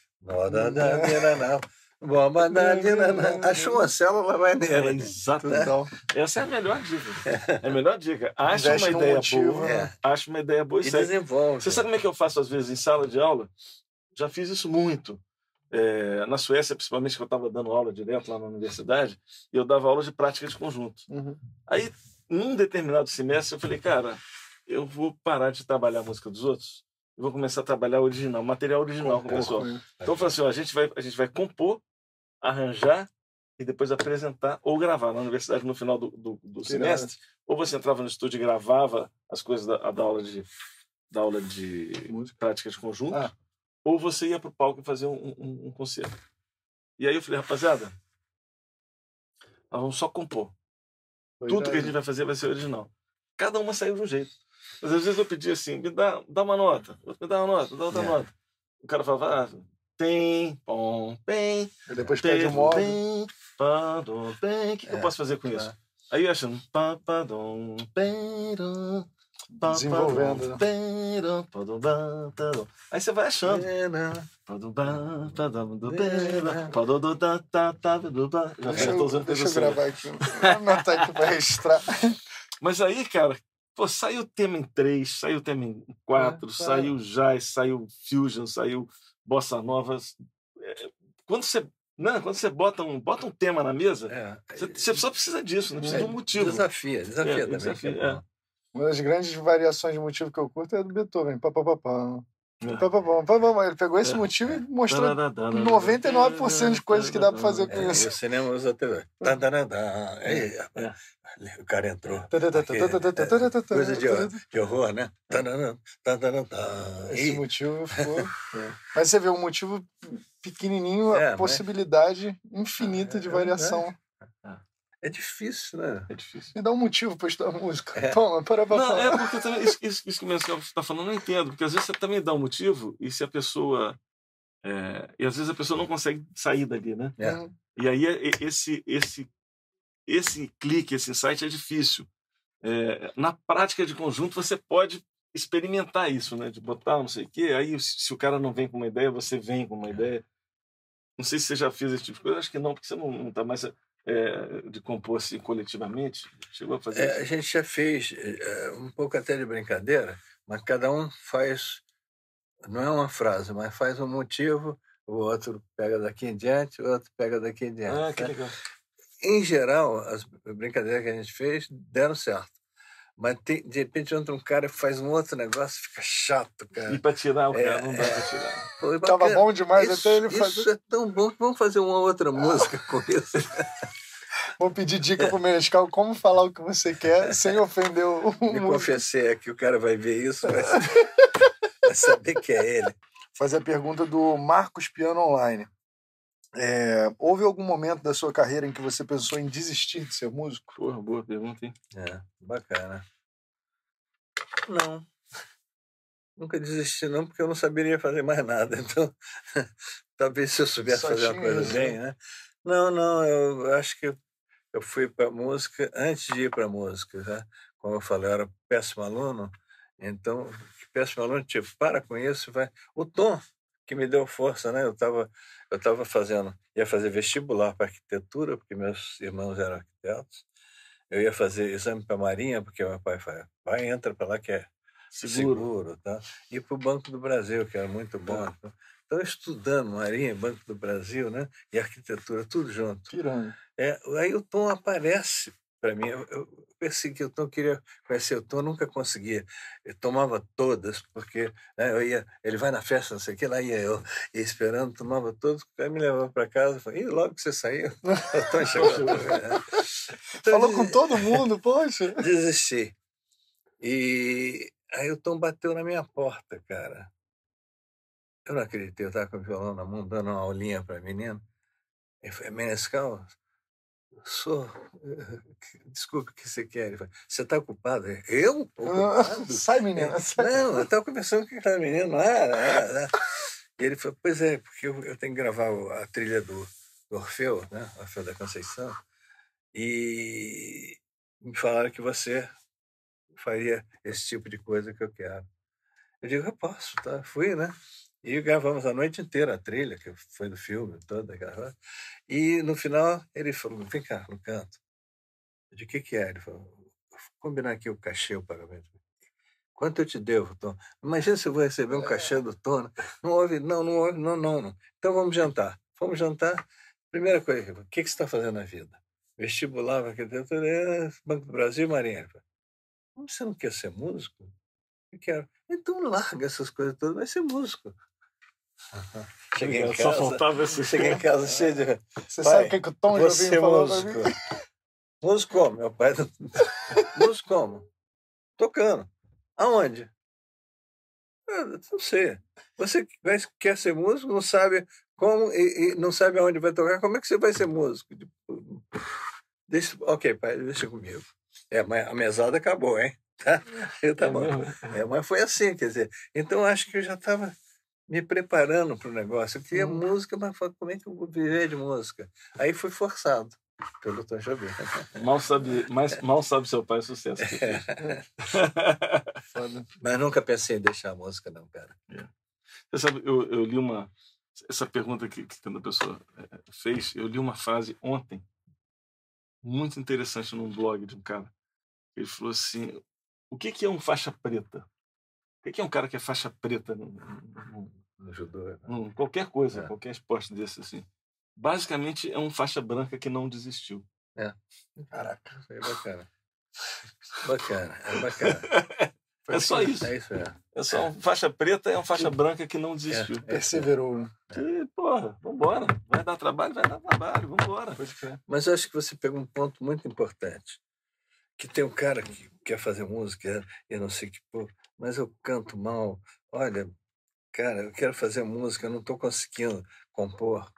Achou uma célula, vai nela. Exatamente. Então, essa é a melhor dica. É a melhor dica. Acha uma ideia boa. Acha uma ideia boa e desenvolve. Você sabe como é que eu faço às vezes em sala de aula? Já fiz isso muito. Na Suécia, principalmente, que eu estava dando aula direto lá na universidade, e eu dava aula de prática de conjunto. Aí, num determinado semestre, eu falei, cara, eu vou parar de trabalhar a música dos outros e vou começar a trabalhar original, material original com o pessoal. Então eu falei assim, ó, a gente vai compor, arranjar e depois apresentar ou gravar na universidade no final do semestre. Ou você entrava no estúdio e gravava as coisas da aula de prática de conjunto, ou você ia para o palco e fazer um concerto. E aí eu falei, rapaziada, nós vamos só compor. Tudo que a gente vai fazer vai ser original. Cada uma saiu de um jeito. Mas às vezes eu pedia assim, me dá uma nota, me dá uma nota, dá outra nota. O cara falava, tem, pom, bem. E depois pede o modo. O que eu posso fazer com isso? Aí eu achando, desenvolvendo, aí você vai achando. Deixa eu gravar aqui. Anotar aqui para registrar. Mas aí, cara, pô, saiu o tema em 3, saiu o tema em 4, saiu jazz, saiu fusion, saiu bossa nova. Quando você bota um tema na mesa, você só precisa disso, não precisa de um motivo. Desafia também. Uma das grandes variações de motivo que eu curto é a do Beethoven. Ele pegou esse motivo e mostrou 99% de coisas que dá para fazer com isso. O cinema usa até. O cara entrou. Coisa de horror, né? Esse motivo ficou. Mas você vê um motivo pequenininho, a possibilidade infinita de variação. É difícil, né? É difícil. Me dá um motivo para estudar música. Toma, para Não, é porque também, isso que você está falando, eu não entendo. Porque às vezes você também dá um motivo e se a pessoa... e às vezes a pessoa não consegue sair dali, né? E aí esse clique, esse insight é difícil. Na prática de conjunto você pode experimentar isso, né? De botar não sei o quê. Aí se o cara não vem com uma ideia, você vem com uma ideia. Não sei se você já fez esse tipo de coisa. Acho que não, porque você não está mais... de compor assim coletivamente? Chegou a fazer isso? A gente já fez um pouco até de brincadeira, mas cada um faz, não é uma frase, mas faz um motivo, o outro pega daqui em diante, o outro pega daqui em diante. Que legal. Em geral, as brincadeiras que a gente fez deram certo. Mas de repente entra um cara e faz um outro negócio, fica chato, cara. E para tirar o cara, não dá para tirar. Pô, tava bom demais até ele fazer. Isso é tão bom que vamos fazer uma outra música com isso. Vou pedir dica pro Menescal como falar o que você quer sem ofender o Me confessei aqui, o cara vai ver isso, vai saber que é ele. Fazer a pergunta do Marcos Piano Online. Houve algum momento da sua carreira em que você pensou em desistir de ser músico? Porra, boa pergunta, hein? Bacana. Não. Nunca desisti, não, porque eu não saberia fazer mais nada. Então, talvez se eu soubesse fazer uma coisa bem, né? Não, eu acho que eu fui para a música antes de ir para a música. Né? Como eu falei, eu era péssimo aluno. Então, péssimo aluno, tipo, para com isso. Vai. O Tom, que me deu força, né? Eu estava ia fazer vestibular para arquitetura, porque meus irmãos eram arquitetos. Eu ia fazer exame para a Marinha, porque meu pai falou, vai, entra para lá que é seguro, tá? E para o Banco do Brasil, que era muito bom. Então, estudando Marinha, Banco do Brasil, né? E arquitetura, tudo junto. Tirando. Aí o Tom aparece para mim. Eu persegui o Tom, queria conhecer o Tom, nunca conseguia. Eu tomava todas, porque né, ele vai na festa, não sei o que, lá ia esperando, tomava todas, aí me levava para casa, falei, logo que você saiu, o Tom chegou. Então, falou com todo mundo, poxa. Desisti. E aí o Tom bateu na minha porta, cara. Eu não acreditei, eu estava com o violão na mão, dando uma aulinha para a menina. Ele falou, Menescal, desculpe o que você quer. Ele falou, você está ocupado? Eu? Ocupado? Sai, menina. Não, eu estava conversando com aquela menina, não era. E ele falou, pois é, porque eu tenho que gravar a trilha do Orfeu, né? Orfeu da Conceição, e me falaram que você faria esse tipo de coisa que eu quero. Eu digo, eu posso, tá? Fui, né? E gravamos a noite inteira a trilha, que foi do filme, toda gravada. E no final ele falou, vem cá, no canto. Eu disse, o que é? Ele falou, vou combinar aqui o cachê, o pagamento. Quanto eu te devo, Tom? Imagina se eu vou receber um cachê do Tom. Não houve. Então vamos jantar. Fomos jantar. Primeira coisa, o que você está fazendo na vida? Vestibular, arquitetura, Banco do Brasil, Marinha. Você não quer ser músico? Eu quero. Então larga essas coisas todas, vai ser músico. Cheguei em Só casa, faltava esse... cheguei em casa cheio de... Você Pai, sabe o que o Tom você Jobim falou pra músico. mim? Músico como? Meu pai... Músico como? Tocando. Aonde? Não sei. Você quer ser músico, não sabe como e não sabe aonde vai tocar, como é que você vai ser músico? Ok, pai, deixa comigo. Mas a mesada acabou, hein? Tá? Tá bom. Mas foi assim, quer dizer. Então, acho que eu já estava me preparando para o negócio. Eu queria música, mas como é que eu vou viver de música? Aí fui forçado pelo Tom Jobim. Mal sabe seu pai o sucesso que fez. Mas nunca pensei em deixar a música, não, cara. Você sabe, eu li essa pergunta que a pessoa fez, eu li uma frase ontem, muito interessante num blog de um cara. Ele falou assim, o que é um faixa preta? O que é um cara que é faixa preta No judô, né? qualquer coisa, qualquer esporte desse assim? Basicamente é um faixa branca que não desistiu. Caraca, isso aí é bacana. Bacana. É só isso. É isso, É só um faixa preta, é um faixa branca que não desistiu. Perseverou, né? E, porra, vambora. Vai dar trabalho, vambora. Mas eu acho que você pegou um ponto muito importante. Que tem um cara que quer fazer música, eu não sei que, mas eu canto mal. Olha, cara, eu quero fazer música, eu não estou conseguindo compor.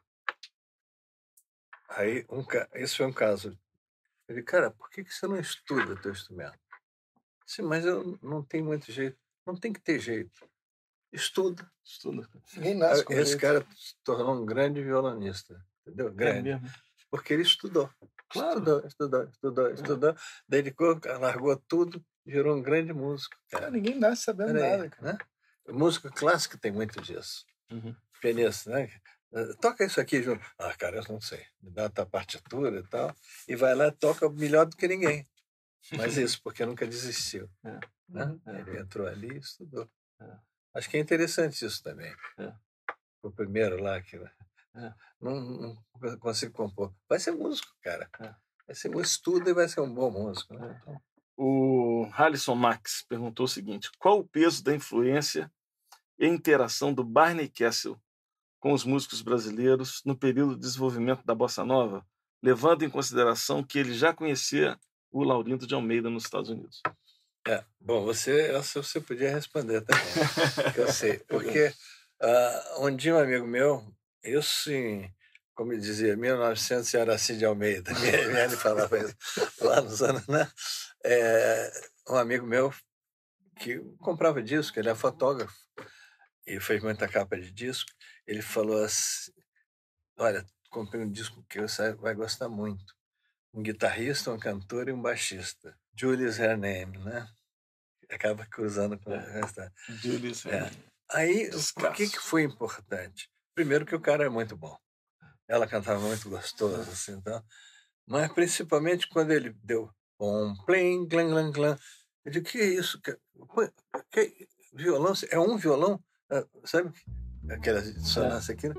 Aí, isso foi um caso. Eu falei, cara, por que você não estuda teu instrumento? Sim, mas eu não tenho muito jeito. Não tem que ter jeito. Estuda. Ninguém nasce com Esse jeito. cara se tornou um grande violonista, entendeu? Grande. Mesmo. Porque ele estudou. Claro. Estudou. Dedicou, largou tudo, virou um grande músico. Cara, ninguém nasce sabendo nada, cara. Né? Música clássica tem muito disso. Pianista, né? Toca isso aqui junto. Cara, eu não sei. Me dá a partitura e tal. E vai lá e toca melhor do que ninguém. Mas isso, porque nunca desistiu. Né? Ele entrou ali e estudou. Acho que é interessante isso também. O primeiro lá que não consigo compor. Vai ser músico, cara. Vai ser músico, estuda e vai ser um bom músico. Né? O Halisson Max perguntou o seguinte: qual o peso da influência e interação do Barney Kessel com os músicos brasileiros no período de desenvolvimento da Bossa Nova, levando em consideração que ele já conhecia o Laurindo de Almeida nos Estados Unidos? Bom, você podia responder também, que eu sei. Porque um dia um amigo meu, isso como ele dizia, 1900 era Cid Almeida, ele falava isso lá nos anos, né? Um amigo meu que comprava disco, ele é fotógrafo, e fez muita capa de disco, ele falou assim, olha, comprei um disco que você vai gostar muito. Um guitarrista, um cantor e um baixista. Julius Her Name, né? Acaba cruzando com o resto. Julius Her Name. Aí, por que foi importante? Primeiro que o cara é muito bom. Ela cantava muito gostoso, assim, então. Mas principalmente quando ele deu plim, clan, clan, clan. Eu digo, que é isso? Que violão? É um violão? Sabe? Aquela dissonância aqui, né?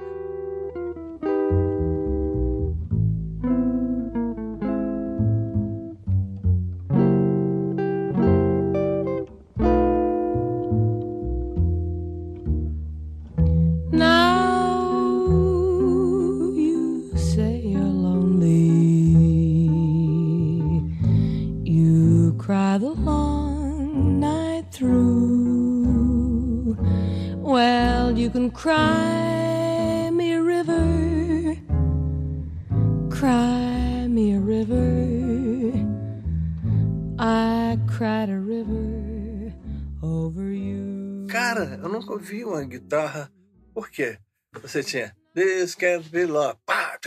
Cry the long night through. Well, you can cry me a river, cry me a river. I cried a river over you. Cara, eu nunca ouvi uma guitarra. Por quê? Você tinha This Can't Be Love.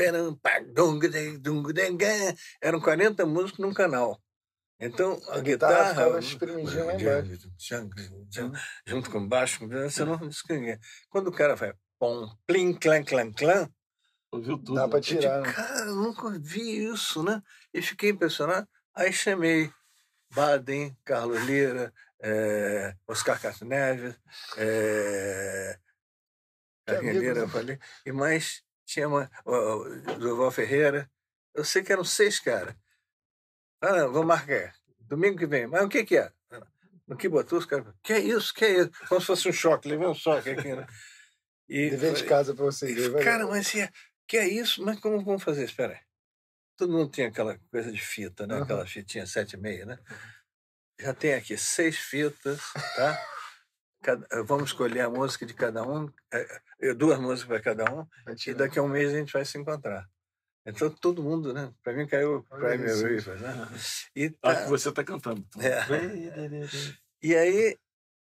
Eram 40 músicos num canal. Então, a guitarra ficava espremidinha lá embaixo. Junto com baixo, você não distingue. Quando o cara vai plim, clan, clan, clan, ouviu tudo. Dá pra tirar. Cara, eu nunca vi isso, né? E fiquei impressionado. Aí chamei Baden, Carlos Lira, Oscar Castro Neves, Carlinhos Lira, eu falei. E mais, tinha o Durval Ferreira. Eu sei que eram 6 caras. Vou marcar. Domingo que vem. Mas o que é? No que botou, os caras, que é isso? Como se fosse um choque, levei um choque aqui, né? E Dever de casa para vocês. cara, mas que é isso? Mas como vamos fazer? Espera aí. Todo mundo tinha aquela coisa de fita, né? Aquela fitinha 7,5, né? Já tem aqui 6 fitas, tá? Vamos escolher a música de cada um, 2 músicas para cada um, e daqui a um mês a gente vai se encontrar. Então todo mundo, né? Para mim caiu Primary River, né? E que você está cantando. E aí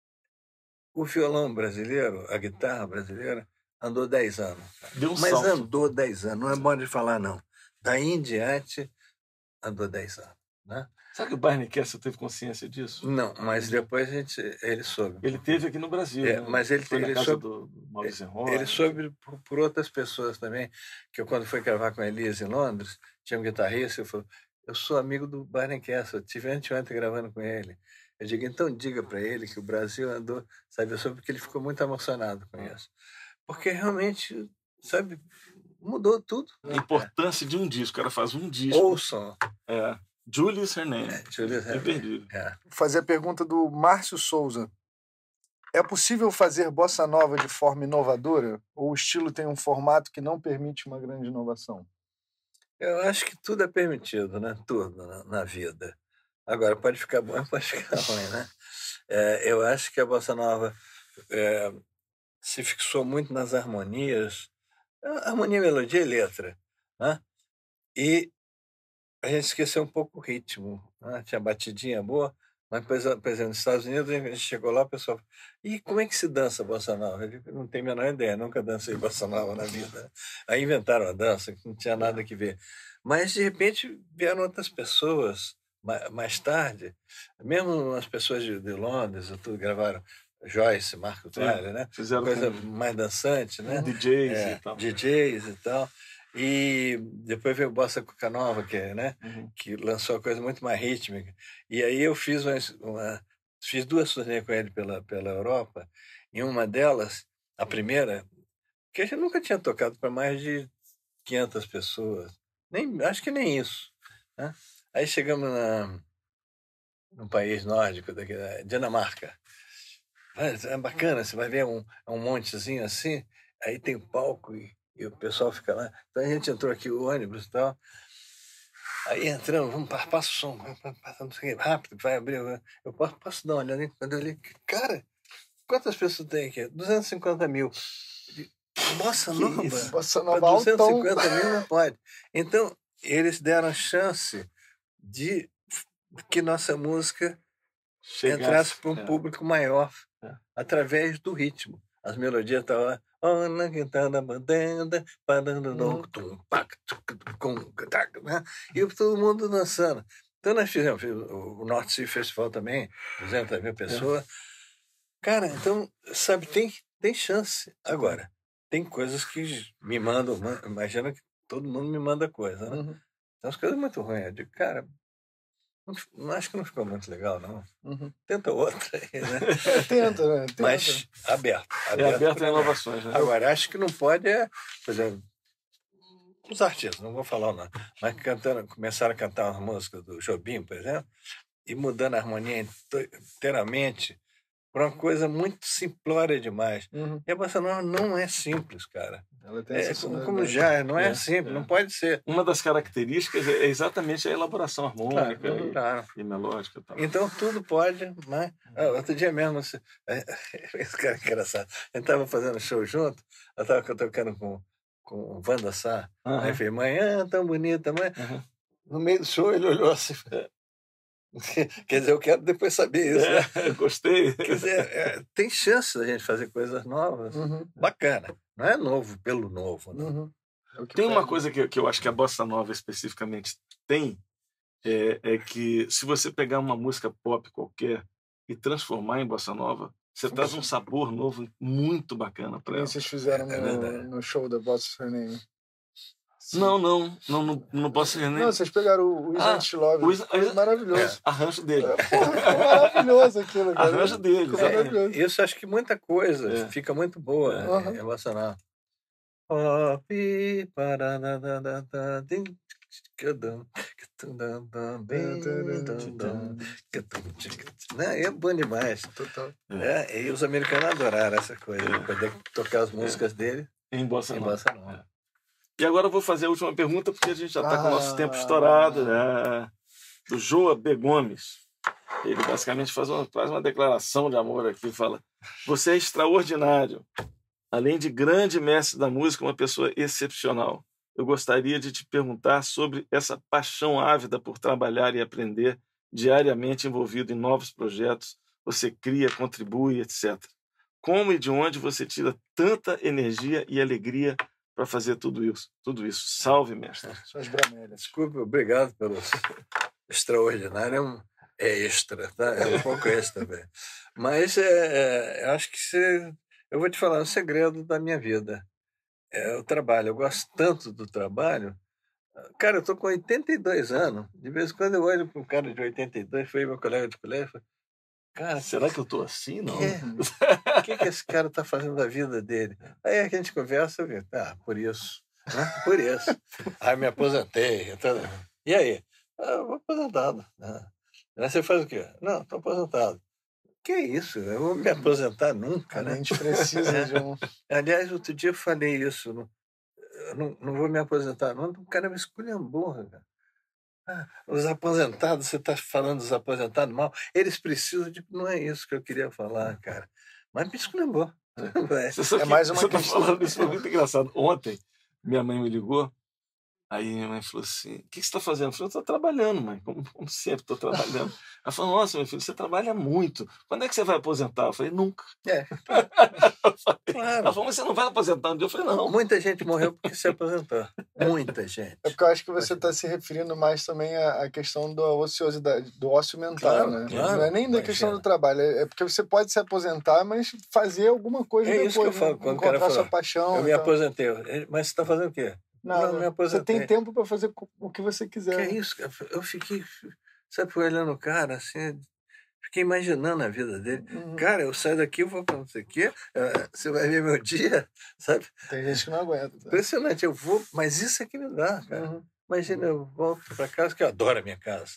o violão brasileiro, a guitarra brasileira, andou 10 anos. Deu um Mas salto. andou 10 anos, não é modo de falar, não. Daí em diante, andou 10 anos. Né? Sabe que o Barney Kessel teve consciência disso? Não, mas depois ele soube. Ele teve aqui no Brasil. Né? Mas ele soube do Maurício Henry. Ele soube por outras pessoas também, que eu, quando fui gravar com a Elise em Londres, tinha um guitarrista, eu falei, eu sou amigo do Barney Kessel, estive anteontem gravando com ele. Eu digo, então diga para ele que o Brasil andou, sabe, eu soube porque ele ficou muito emocionado com isso. Porque realmente, sabe, mudou tudo. A importância de um disco, o cara faz um disco. Ouçam. Julius Hernandez. Imperdível. Fazer a pergunta do Márcio Souza. É possível fazer bossa nova de forma inovadora? Ou o estilo tem um formato que não permite uma grande inovação? Eu acho que tudo é permitido, né? Tudo na vida. Agora, pode ficar bom e pode ficar ruim, né? Eu acho que a bossa nova se fixou muito nas harmonias, harmonia, melodia e letra, né? E a gente esqueceu um pouco o ritmo, né? Tinha batidinha boa, mas, por exemplo, nos Estados Unidos, a gente chegou lá, o pessoal falou, e como é que se dança bossa nova? Eu digo, não tenho a menor ideia, nunca dancei bossa nova na vida. Aí inventaram a dança, que não tinha nada a ver. Mas, de repente, vieram outras pessoas, mais tarde, mesmo as pessoas de Londres, tudo gravaram, Joyce, Marco Twain, né? Fizeram coisa mais dançante, né? DJs e tal. E depois veio o Bossa Cuca Nova, que lançou a coisa muito mais rítmica. E aí eu fiz fiz 2 turnês com ele pela Europa. Em uma delas, a primeira, que a gente nunca tinha tocado para mais de 500 pessoas. Acho que nem isso. Né? Aí chegamos num país nórdico, Dinamarca. É bacana, você vai ver um montezinho assim, aí tem palco e o pessoal fica lá. Então a gente entrou aqui, o ônibus e tal. Aí entramos, passa o som, rápido, vai abrir. Eu posso dar uma olhada? Quando eu olhei, cara, quantas pessoas tem aqui? 250 mil. Bossa nova? Bossa nova 250 mil não pode. Então, eles deram chance de que nossa música entrasse para um público maior através do ritmo. As melodias estavam e todo mundo dançando. Então nós fizemos o North Sea Festival também, 200 mil pessoas. Cara, então, sabe, tem chance. Agora, tem coisas que me mandam, imagina que todo mundo me manda coisa, né? Tem umas coisas muito ruins. Eu digo, cara, acho que não ficou muito legal, não. Tenta outra aí, né? Tenta, né? Mas aberto a inovações, né? Agora, acho que não pode, por exemplo, os artistas, não vou falar não, mas começaram a cantar uma música do Jobim, por exemplo, e mudando a harmonia inteiramente para uma coisa muito simplória demais. E a bossa nova não é simples, cara. Ela tem como já, não é simples, não pode ser. Uma das características é exatamente a elaboração harmônica e melódica. E tal. Então tudo pode, né? Outro dia mesmo, esse cara é engraçado. A gente estava fazendo show junto, eu estava tocando com Wanda Sá, aí eu falei, manhã tão bonita, mãe. No meio do show ele olhou assim. Quer dizer, eu quero depois saber isso. Né? Gostei. Quer dizer, tem chance da gente fazer coisas novas. Bacana. Não é novo pelo novo. Né? Tem uma coisa que eu acho que a bossa nova especificamente tem, é que se você pegar uma música pop qualquer e transformar em bossa nova, você traz um sabor novo muito bacana para ela. Vocês fizeram no show da Bossa Nova. Não posso ser nem. Não, vocês pegaram o Isn't Love. Foi maravilhoso. Arranjo dele. Foi maravilhoso aquilo, cara. Arranjo dele. Isso acho que muita coisa fica muito boa, emocional. É bom demais. Total. E os americanos adoraram essa coisa, poder tocar as músicas dele Em Bossa em Nova. Bossa Nova. E agora eu vou fazer a última pergunta, porque a gente já está com o nosso tempo estourado, né? Do Joa B. Gomes. Ele basicamente faz uma declaração de amor aqui, fala: você é extraordinário. Além de grande mestre da música, uma pessoa excepcional. Eu gostaria de te perguntar sobre essa paixão ávida por trabalhar e aprender, diariamente envolvido em novos projetos. Você cria, contribui, etc. Como e de onde você tira tanta energia e alegria para fazer tudo isso? Salve, mestre. Suas bramelhas. Desculpe, obrigado pelo extraordinário. É extra, tá? É um pouco extra também. Mas acho que eu vou te falar um segredo da minha vida. É o trabalho. Eu gosto tanto do trabalho. Cara, eu estou com 82 anos. De vez em quando eu olho para um cara de 82, foi meu colega de colégio, e falo, cara, será que eu estou assim? Não. O que esse cara está fazendo da vida dele? Aí a gente conversa, por isso. Né? Por isso. Aí me aposentei. E aí? Eu vou aposentado. Aí você faz o quê? Não, estou aposentado. Que isso? Eu vou me aposentar nunca, né? A gente precisa de um... Aliás, outro dia eu falei isso. Eu não vou me aposentar, não. O cara me esculhambou, cara. Os aposentados, você está falando dos aposentados mal, eles precisam de... Não é isso que eu queria falar, cara. Mas me esculhambou. É mais uma questão. Você está falando isso, foi muito engraçado. Ontem, minha mãe me ligou. Aí minha mãe falou assim: o que você está fazendo? Eu falei: estou trabalhando, mãe, como sempre, estou trabalhando. Ela falou: nossa, meu filho, você trabalha muito. Quando é que você vai aposentar? Eu falei: nunca. Claro. Ela falou: mas você não vai aposentar um dia? Eu falei: não. Muita gente morreu porque se aposentou. Muita gente. É porque eu acho que você está se referindo mais também à questão da ociosidade, do ócio mental, claro, né? Claro. Não é nem da questão do trabalho, é porque você pode se aposentar, mas fazer alguma coisa depois. Isso que eu falo, quando encontrar sua paixão. Eu me aposentei. Mas você está fazendo o quê? Não, me aposentei. Você tem tempo para fazer o que você quiser. Que é isso? Eu fiquei, sabe, olhando o cara assim, fiquei imaginando a vida dele. Cara, eu saio daqui, eu vou para não sei o quê, você vai ver meu dia, sabe? Tem gente que não aguenta. Tá? Impressionante, eu vou, mas isso é que me dá, cara. Imagina, eu volto para casa, que eu adoro a minha casa.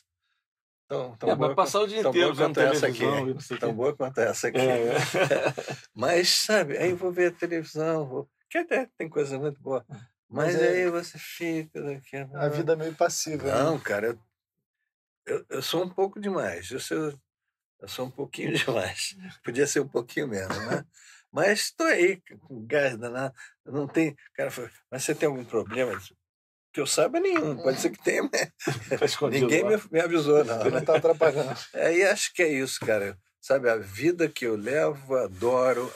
Vai passar o dia inteiro vendo televisão. Tão boa quanto essa aqui. Mas, sabe, aí eu vou ver a televisão, que até tem coisa muito boa. Mas aí você fica... A vida é meio passiva. Não, né? cara, eu sou um pouco demais. Eu sou um pouquinho demais. Podia ser um pouquinho menos, né? Mas estou aí, com gás danado. Não tem... Cara, mas você tem algum problema? Que eu saiba nenhum. Pode ser que tenha, mas ninguém me avisou, não. Não está atrapalhando. Aí acho que é isso, cara. Sabe, a vida que eu levo, adoro.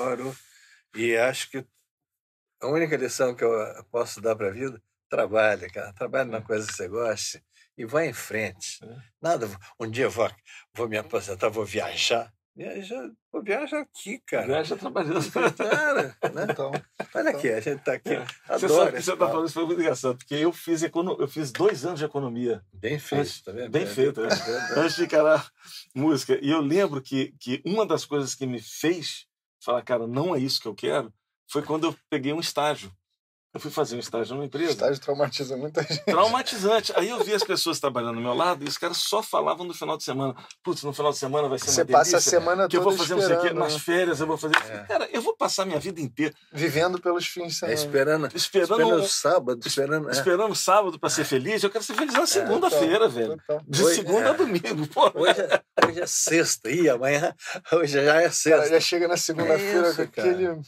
E acho que a única lição que eu posso dar para a vida, trabalhe, cara. Trabalhe na coisa que você goste e vá em frente. Nada, um dia eu vou me aposentar, vou viajar. Vou viajar aqui, cara. Viaja trabalhando. Cara, né? Então, olha aqui, a gente está aqui. Você sabe que você está falando, isso foi muito engraçado, porque eu fiz 2 anos de economia. Bem feito, tá vendo? Bem feito, né? Antes de encarar música. E eu lembro que uma das coisas que me fez falar, cara, não é isso que eu quero, foi quando eu peguei um estágio. Eu fui fazer um estágio numa empresa. Estágio traumatiza muita gente. Traumatizante. Aí eu vi as pessoas trabalhando do meu lado e os caras só falavam no final de semana. Putz, no final de semana vai ser uma delícia. Você passa a semana que eu toda vou fazer não sei o quê, esperando, nas férias eu vou fazer... Cara, eu vou passar minha vida inteira... Vivendo pelos fins de semana. Esperando o sábado. Esperando o sábado para ser feliz. Eu quero ser feliz na segunda-feira, velho. De segunda a domingo, pô. Hoje é sexta. Ih, amanhã... Hoje já é sexta. Cara, já chega na segunda-feira com aquele...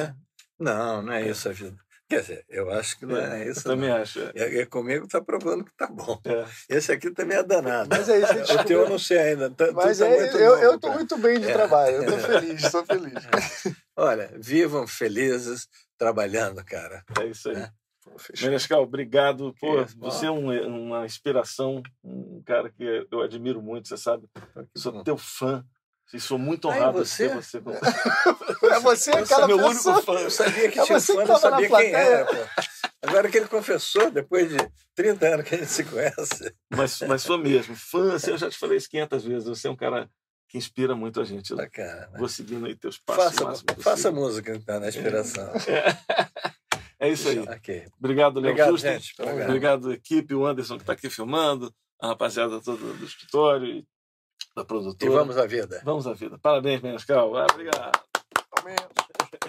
Não é isso a vida. Quer dizer, eu acho que não é isso. Eu também acho. E comigo tá provando que tá bom. Esse aqui também é danado. Mas é isso. O teu eu não sei ainda. Mas eu tô muito bem de trabalho. Eu tô feliz, estou feliz. Olha, vivam felizes trabalhando, cara. É isso aí. Menescal, obrigado. Pô, você é uma inspiração, um cara que eu admiro muito, você sabe. Sou teu fã. E sou muito honrado de ter você. É você aquela meu pessoa. único fã. Eu sabia que tinha fã, não sabia quem era. Pô. Agora que ele confessou, depois de 30 anos que a gente se conhece. Mas sou mesmo. Fã, assim, eu já te falei isso 500 vezes. Você é um cara que inspira muito a gente. Bacana, né? Vou seguindo aí teus passos. Faça música, então, na inspiração. É isso aí. Ok. Obrigado, Léo Obrigado, Juster. gente. Obrigado, equipe, o Anderson que está aqui filmando, a rapaziada toda do escritório e da produtora. E vamos à vida. Vamos à vida. Parabéns, Menescal. Obrigado. Ao menos.